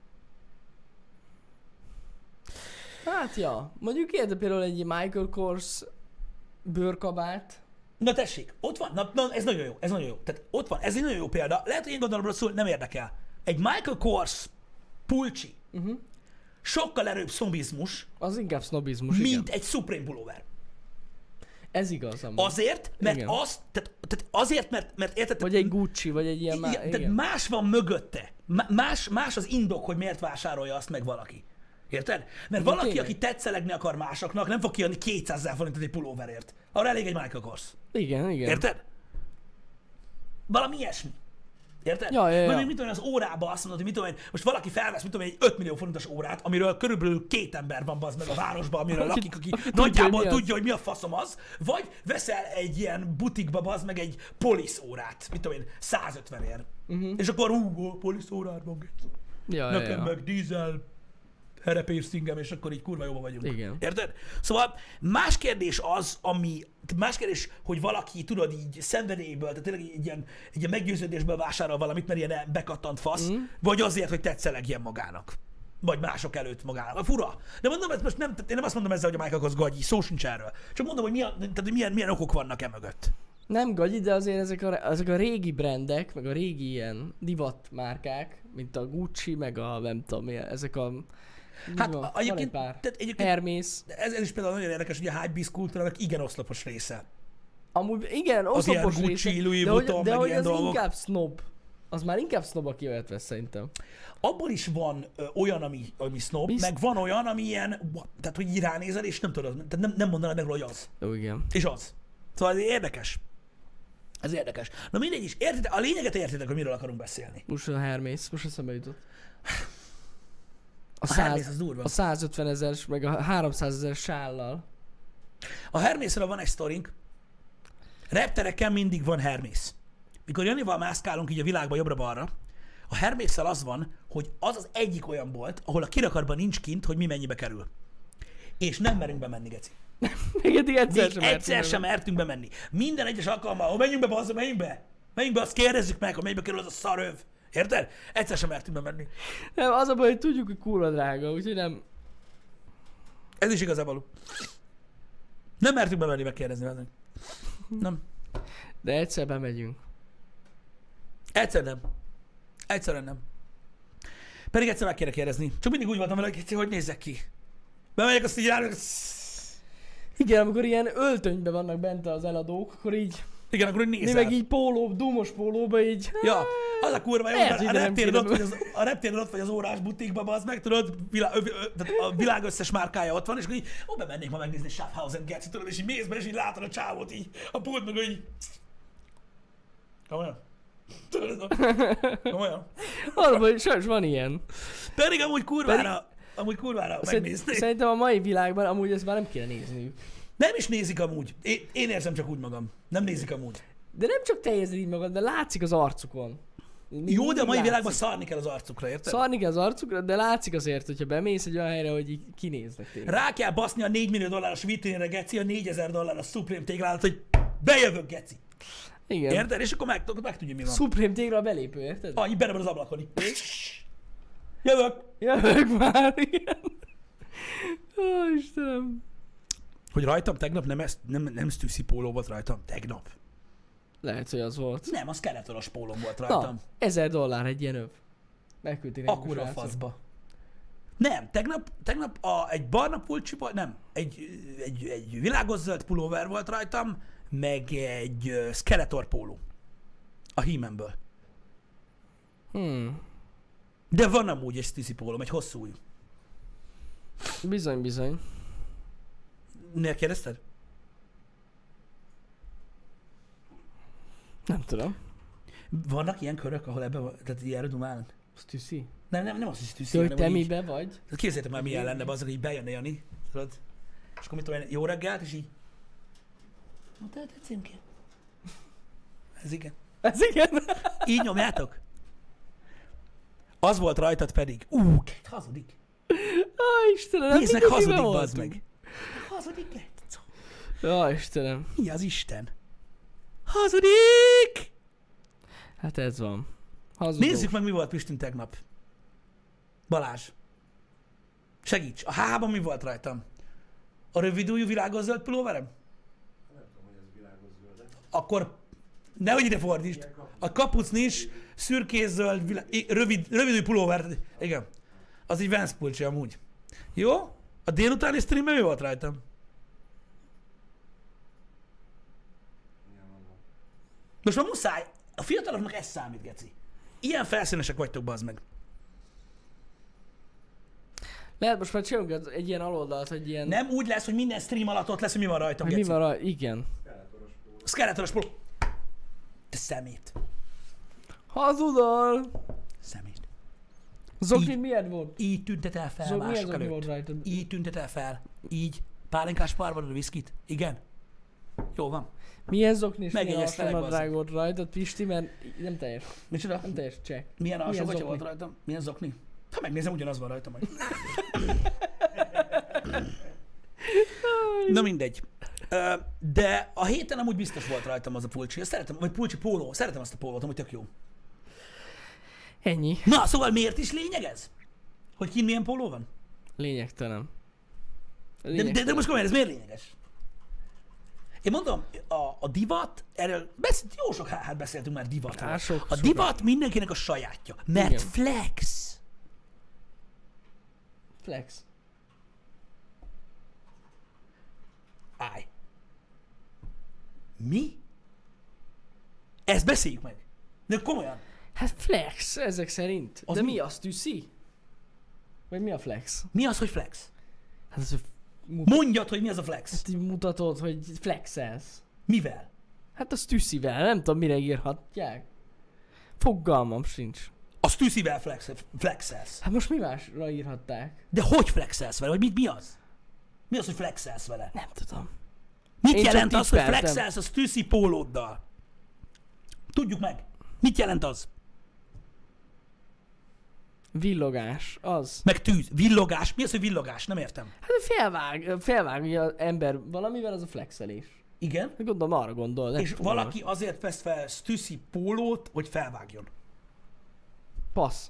Hát ja. Mondjuk érde például egy Michael Kors bőrkabát. Na tessék, ott van, na, na, ez nagyon jó, ez nagyon jó. Tehát ott van, ez egy nagyon jó példa. Lehet, hogy én gondolom rosszul, nem érdekel. Egy Michael Kors pulcsi Uh-huh. sokkal erőbb sznobizmus, Az inkább sznobizmus, mint igen. egy Supreme pulóver. Ez igaz amúgy. Azért, mert Igen. azt, tehát, tehát azért, mert, mert érted? Vagy egy Gucci, vagy egy ilyen... igen, Má... tehát igen. más van mögötte. Má- Más, más az indok, hogy miért vásárolja azt meg valaki. Érted? Mert Igen, valaki, tényleg. aki tetszelegni akar másoknak, nem fog kiadni kétszázezer forintot egy pulóverért. Arra elég egy Michael Kors. Igen, igen. Érted? Valami ilyesmi. Érted? Ja, ja, ja. Vagy még mit tudom én, az órába azt mondod, hogy mit tudom én, most valaki felvesz, mit tudom én, egy öt millió forintos órát, amiről körülbelül két ember van bazd meg a városban, amiről Aki- lakik, aki tudja, nagyjából hogy mi az. tudja, hogy mi a faszom az, vagy veszel egy ilyen butikba bazd meg egy polisz órát, mit tudom én, százötven ér. Uh-huh. És akkor ú, a polisz órádban, Ja, ja, nekem ja. meg dízel, hair piercingem, és akkor így kurva jóban vagyunk. Igen. Érted? Szóval más kérdés az, ami, más kérdés, hogy valaki, tudod, így szenvedélyből, tehát tényleg egy ilyen, egy ilyen meggyőződésből vásárol valamit, mert ilyen bekattant fasz, Mm. vagy azért, hogy tetszelegjen magának. Vagy mások előtt magának. Fura. De mondom, ez most nem, tehát én nem azt mondom ezzel, hogy a Michael Kors gagyi, szó sincs erről. Csak mondom, hogy milyen, tehát, hogy milyen, milyen okok vannak e mögött. Nem gagyi, de azért ezek a, ezek a régi brandek, meg a régi ilyen divat márkák, mint a Gucci, meg a nem tudom milyen, ezek a... mi Hát van? a- Van egy egyébként, pár. tehát egyébként Hermész. ez, ez is például nagyon érdekes, hogy a hypebeast kultúrának igen oszlopos része. Amúgy igen, Az ilyen oszlopos Gucci, része, Louis de hogy, Vuitton, de meg hogy ilyen az dolgok. inkább snob. Az már inkább snob a kivetve szerintem. Abból is van ö, olyan, ami, ami snob, Bizt- meg van olyan, ami ilyen, tehát hogy így ránézel, és nem tudod, tehát nem, nem mondanád meg róla, hogy az. Jó, igen. És az. Szóval ez érdekes. Ez érdekes. Na mindegy is, értitek, a lényeget értitek, hogy miről akarunk beszélni. Most a Hermész, most eszembe jutott. A Hermész az durva. A százötven ezeres, meg a háromszáz ezeres sállal. A Hermészről van egy sztorink. Reptereken mindig van Hermész. Mikor Janival mászkálunk így a világba jobbra-balra, a Hermésszel az van, hogy az az egyik olyan bolt, ahol a kirakarban nincs kint, hogy mi mennyibe kerül. És nem merünk bemenni, geci. Még eddig egyszer Még sem egyszer mertünk sem bele. mertünk bemenni. Minden egyes alkalommal, hogy menjünk be, bazza, menjünk be. Menjünk be, azt kérdezzük meg, hogy mennyibe kerül az a szaröv. Érted? Egyszer sem mertünk bemenni. Nem, az a baj, hogy tudjuk, hogy kurva drága, úgyhogy nem... Ez is igazából. Nem mertünk bemenni, megkérdezni velünk. Nem. De egyszer bemegyünk. Egyszer nem. Egyszerűen nem. Pedig egyszer meg kéne kérdezni. Csak mindig úgy voltam vele, hogy hogy nézzek ki. Bemegyek, azt így járok. Igen, amikor ilyen öltönyben vannak bent az eladók, akkor így... Igen, akkor Mi nézel. meg így póló, dúmos pólóba így... Ja, az a kurva jó, Lehet, mert a hogy nem reptéren, ott kéne- vagy az, a reptéren ott vagy az órás butikban, az meg tudod, vilá, ö, ö, tehát a világ összes márkája ott van, és akkor így, ó, bemennék ma megnézni Schaffhausen Geci, tudod, és így mész be, és így látod a csávót így, a pult meg így... Komolyan? Tudod, ez a... Komolyan? Arra, hogy sajnos van ilyen. Pedig amúgy kurvára, amúgy kurvára Szerint, megnézni. szerintem a mai világban amúgy ezt már nem kéne nézniük. Nem is nézik amúgy. Én, én érzem csak úgy magam. Nem nézik amúgy. De nem csak te érzed így magad, de látszik az arcukon. Jó, de a mai Látszik. világban szarni kell az arcukra, érted? Szarni kell az arcukra, de látszik azért, hogyha bemész egy olyan helyre, hogy így kinéznek téged. Rá kell baszni a négy millió dolláros vitrinre, Geci, a négyezer dolláros Supreme tégládat, hogy bejövök, Geci. Igen. Érted? És akkor meg, meg tudja, mi van. Supreme tégla a belépő, érted? Ah, így benne van az ablakon. Így. Jövök. Jövök már, igen. Ó, Istenem. Hogy rajtam tegnap nem, ezt, nem, nem Stussy póló volt rajtam. Tegnap. Lehet, hogy az volt. Nem, az keletoros pólóm volt Na, rajtam. ezer dollár egy ilyen öv. Megküldték A nekem kurva srácok. faszba. Nem, tegnap, tegnap a, egy barna pulcsiba, nem, egy, egy, egy világos zöld pulóver volt rajtam, meg egy uh, Skeletor póló. A He-Manből. Hmm. De van amúgy egy Stussy pólóm, egy hosszú ujjú. Bizony, bizony. Miért kérdezted? Nem tudom. Vannak ilyen körök, ahol ebben van, tehát ilyenre dumálnak? Stussy? Nem, nem, nem az, hogy Stussy, Hogy hanem, te hogy így- mibe vagy? Tehát képzeljétek már, milyen lenne az, hogy így bejönne Jani, tudod? És akkor mit tudom én, jó reggelt, és így... Na, te tetszünk ki. Ez igen. Ez igen. Így nyomjátok? Az volt rajtad pedig. Ú, két hazudik. Ó, Istenem, nem Nézd meg, mindig mibe hazudik, bazd voltunk. meg. Hazudik lett. Ó, Istenem. Mi az Isten? Hazudik! Hát ez van. Hazudós. Nézzük meg, mi volt Pistin tegnap. Balázs. Segíts. A H-ban mi volt rajtam? A rövidújú világos zöld pulóverem? Akkor nehogy ide fordítsd. A kapucni is szürkészöld, vilá... i- rövid, rövidű pulóver. Igen. Az egy Vans pulcsi amúgy. Jó? A délutáni streamben mi volt rajtam? Most már muszáj. A fiataloknak ez számít, Geci. Ilyen felszínesek vagytok, bazd meg. Lehet most már csinálunk egy ilyen aloldalt, hogy ilyen... Nem úgy lesz, hogy minden stream alatt ott lesz, hogy mi van rajtam, Hogy Geci. mi van rá? Igen. Skeletoros puló. Te szemét. Hazudol! Szemét. Zokni Így. miért volt? Így tüntet el fel Zok, milyen mások zokni volt előtt. rajtad? Így tüntet el fel. Így. Pálinkás parban a viszkit. Igen. Jó van. Milyen zokni és milyen Megjegyeztelek, alsónadrág volt rajtad, Pisti, mert nem teljes. Micsoda? Nem teljes check. Milyen alsó Milyen gatya zokni? volt rajtam? Milyen zokni? Ha megnézem, ugyanaz van rajtam majd. Na mindegy. Ö, De a héten amúgy biztos volt rajtam az a pulcsi. Azt szeretem, vagy pulcsi póló. Szeretem azt a pólót, amúgy tök jó. Ennyi. Na, szóval miért is lényeg ez? Hogy kint milyen póló van? Lényegtelen. De, de, de most komolyan, ez miért lényeges? Én mondom, a, a divat, erről beszélt, jó sok hát beszéltünk már divatról. Á, sok- A sok- divat mindenkinek a sajátja, mert Igen. flex. Flex. Állj. Mi? Ezt beszéljük meg. De komolyan. Hát flex, ezek szerint. Az De mi? mi az, tűszi? Vagy mi a flex? Mi az, hogy flex? Hát ez, hogy mut- Mondjad, hogy mi az a flex. ezt így mutatod, hogy flexelsz. Mivel? Hát az tűszivel, nem tudom mire írhatják. Fogalmam sincs. Az tűszivel flex, flexelsz. Hát most mi másra írhatták? De hogy flexelsz vele? Vagy mit, mi az? Mi az, hogy flexelsz vele? Nem tudom. Mit Én csak jelent az, hogy tippeltem. flexelsz a tűszi pólóddal? Tudjuk meg. Mit jelent az? Villogás, az. Meg tűz. Villogás. Mi az, hogy villogás? Nem értem. Hát felvág, felvágja az ember valamivel, az a flexelés. Igen. Gondolom arra gondol. Nem És tudom, valaki azért vesz fel tűszi pólót, hogy felvágjon. Passz.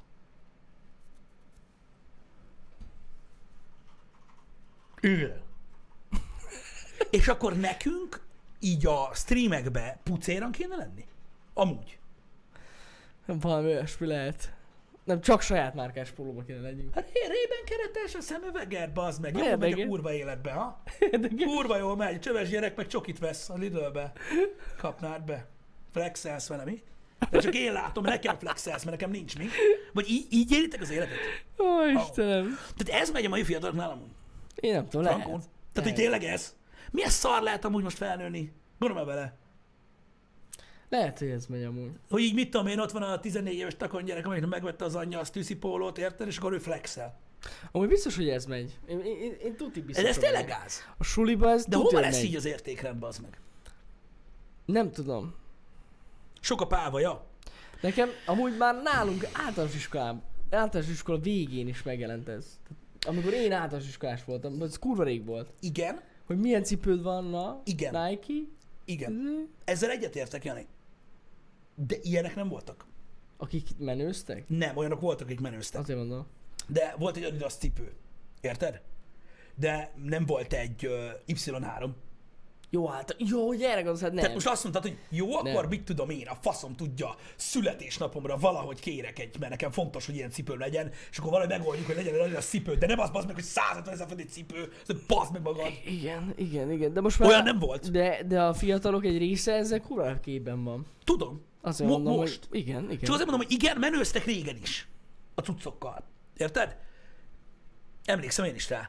Igen. És akkor nekünk így a streamekbe pucéran kéne lenni? Amúgy. Valami olyasmi lehet. Nem, csak saját márkás pólóba kéne legyünk. Hát Rében keretes a szemüveget, bazd meg. Jól megy a kurva életbe, ha? Kurva jól megy. Csöves gyerek meg csokit vesz a Lidlbe. Kapnád be. Flexelsz vele, mi? De csak én látom, nekem flexelsz, mert nekem nincs mi. Vagy így, így éritek az életet? Ó, Istenem. Oh. Tehát ez megy a mai fiatalok nálam. Én nem tudom, Frankon. lehet. Tehát, hogy tényleg ez? Milyen szar lehet amúgy most felnőni? Gondolom bele. Lehet, hogy ez megy amúgy. Hogy így mit tudom én, ott van a tizennégy éves takony gyerek, amelyik megvette az anyja a tűzi pólót, érted? És akkor ő flexel. Amúgy biztos, hogy ez megy. Én, én, én, én tuti biztos. Ez, ez hogy tényleg megy. gáz. A suliba ez De tuti, hova hogy lesz megy. így az értékrend, bazd meg? Nem tudom. Sok a pávaja. Nekem amúgy már nálunk általános iskolám, általános iskola végén is megjelent ez. Tehát, amikor én általános iskolás voltam, ez kurva rég volt. Igen, Hogy milyen cipőd van, na? Igen. Nike? igen. Ezzel egyetértek, Jani. De ilyenek nem voltak. Akik menőztek? Nem, olyanok voltak, akik menőztek. Azért mondom. De volt egy Adidas cipő. Érted? De nem volt egy uh, Y három. Jó, hát jó, gyere gondolsz, hát nem. Tehát most azt mondtad, hogy jó, akkor Nem. mit tudom én, a faszom tudja, születésnapomra valahogy kérek egy, mert nekem fontos, hogy ilyen cipő legyen, és akkor valahogy megoldjuk, hogy legyen egy Adidas cipő, de nem az bazd meg, hogy százötven ezer forint egy cipő, az bazd meg magad. Igen, igen, igen, de most már... Olyan nem volt. De, de a fiatalok egy része ezzel kurva képben van. Tudom. Azért Mo- mondom, most. hogy igen, igen. Csak azért mondom, hogy igen, menőztek régen is a cuccokkal. Érted? Emlékszem én is rá.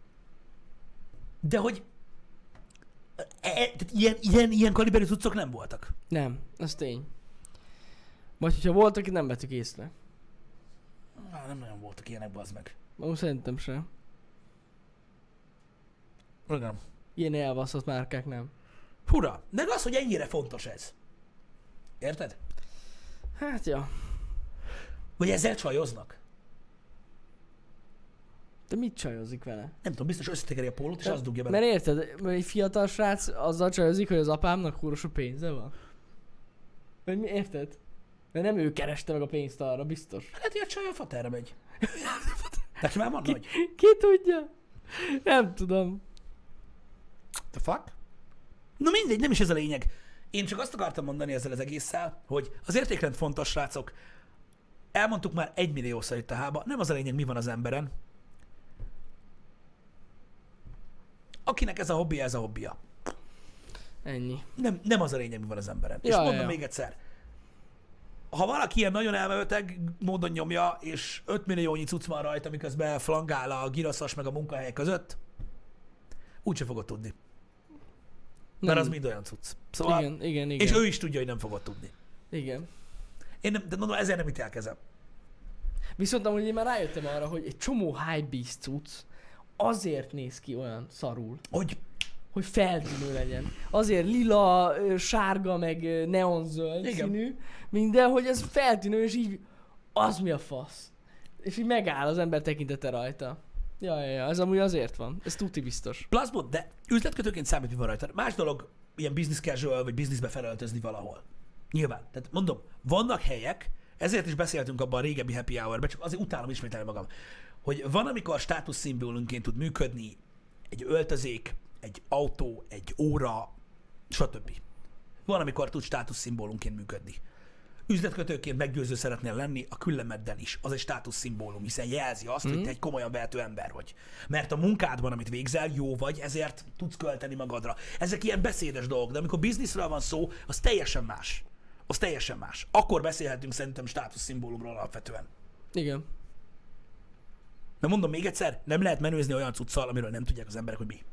De hogy e, e, tehát ilyen, ilyen, ilyen kaliberű cuccok nem voltak. Nem, ez tény. Majd, hogyha voltak, nem vettük észre. Á, nem nagyon voltak ilyenek, bazd meg. Most szerintem sem. Igen. Ilyen elbaszott márkák nem. Fura. Meg az, hogy ennyire fontos ez. Érted? Hát ja. Vagy ezzel csajoznak. De mit csajozik vele? Nem tudom, biztos összetekeri a pólót, és azt dugja bele. Mert érted, mert egy fiatal srác azzal csajozik, hogy az apámnak kurva sok pénze van. Vagy mi, érted? Mert nem ő kereste meg a pénzt arra, biztos. Lehet, hogy a csaj a faterre megy. Neki már van nagy. Ki tudja? Nem tudom. The fuck? Na mindegy, nem is ez a lényeg. Én csak azt akartam mondani ezzel az egésszel, hogy az értékrend fontos, srácok. Elmondtuk már egymilliószor itt a hába, nem az a lényeg, mi van az emberen. Akinek ez a hobbija, ez a hobbija. Ennyi. Nem, nem az a lényeg, mi van az emberen. Ja, és mondom ja. még egyszer. Ha valaki ilyen nagyon elmebeteg módon nyomja, és öt milliónyi cucc van rajta, miközben flangál a giraszas meg a munkahely között, úgyse fogod tudni. Mert az mind olyan cucc. Szóval, Igen, igen, igen. és ő is tudja, hogy nem fogod tudni. Igen. Én nem, de mondom, ezért nem ítélkezem. Viszont amúgy én már rájöttem arra, hogy egy csomó hypebeast cucc azért néz ki olyan szarul, Hogy hogy feltűnő legyen. Azért lila, ö, sárga, meg ö, neonzöld Igen. színű, minden, hogy ez feltűnő, és így az mi a fasz. És így megáll az ember tekintete rajta. Ja, ja, ja, ez amúgy azért van. Ez tuti biztos. plaszbot, de üzletkötőként számít, mi van rajta. Más dolog ilyen business casual, vagy businessbe felöltözni valahol. Nyilván. Tehát mondom, vannak helyek, ezért is beszéltünk abban a régebbi happy hour-ben, csak azért utálom ismételni magam, hogy van, amikor státuszszimbólumként tud működni egy öltözék, egy autó, egy óra, stb. Van, amikor tud státuszszimbólumként működni. Üzletkötőként meggyőző szeretnél lenni, a küllemeddel is. Az egy státuszszimbólum, hiszen jelzi azt, mm. hogy te egy komolyan vehető ember vagy. Mert a munkádban, amit végzel, jó vagy, ezért tudsz költeni magadra. Ezek ilyen beszédes dolgok, de amikor bizniszről van szó, az teljesen más. Az teljesen más. Akkor beszélhetünk szerintem státuszszimbólumról alapvetően. Igen. Mert mondom még egyszer, nem lehet menőzni olyan cuccal, amiről nem tudják az emberek, hogy mi.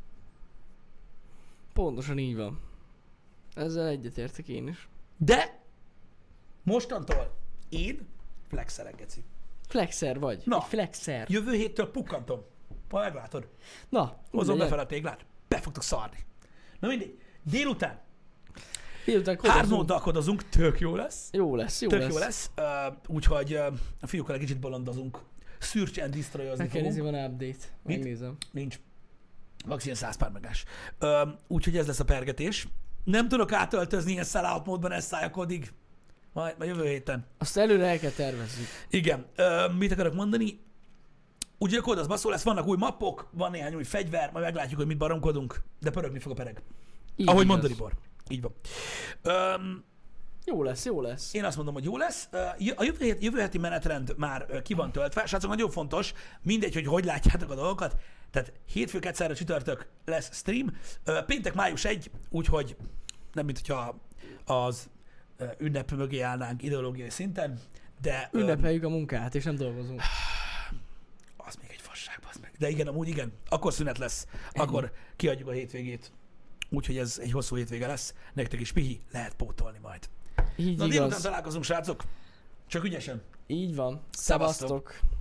Pontosan így van. Ezzel egyetértek én is. De mostantól én flexelek, geci. Flexer vagy. Na. Egy flexer. Jövő héttől pukkantom. Majd meglátod. Na, Hozom ugye? befele a téglát. Be fogtok szarni. Na mindegy. Délután Délután kodozunk. hármóddal kodozunk. Tök jó lesz. Jó lesz, jó Tök lesz. jó lesz. Uh, úgyhogy uh, a fiúkkal egy kicsit bolondozunk. Search and destroyozni Nekem nézni fogunk. van update. Megnézem. Nincs. Max ilyen száz pár megás. Uh, úgyhogy ez lesz a pergetés. Nem tudok átöltözni ilyen sellout módban ez szájakodig. Majd, majd jövő héten. Azt előre el kell tervezzük. Igen. Uh, mit akarok mondani? Úgy a kód az baszó lesz, vannak új mappok, van néhány új fegyver, majd meglátjuk, hogy mit baromkodunk, de pörögni fog a pereg. Így Ahogy igaz. mondani Bor. Így van. Um, Jó lesz, jó lesz. Én azt mondom, hogy jó lesz. A jövő, hét, jövő heti menetrend már ki van töltve. Srácok, nagyon fontos, mindegy, hogy hogy látjátok a dolgokat. Tehát hétfő, kedszerre, csütörtök lesz stream. Péntek május elseje, úgyhogy nem mint hogyha az ünnep mögé állnánk ideológiai szinten, de... Ünnepeljük a munkát, és nem dolgozunk. Az még egy fasság, az meg. De igen, amúgy igen, akkor szünet lesz. Ennyi. Akkor kiadjuk a hétvégét. Úgyhogy ez egy hosszú hétvége lesz. Nektek is pihi, lehet pótolni majd. Így Na, igaz. délután találkozunk, srácok. Csak ügyesen. Így van. Szevasztok. Szevasztok.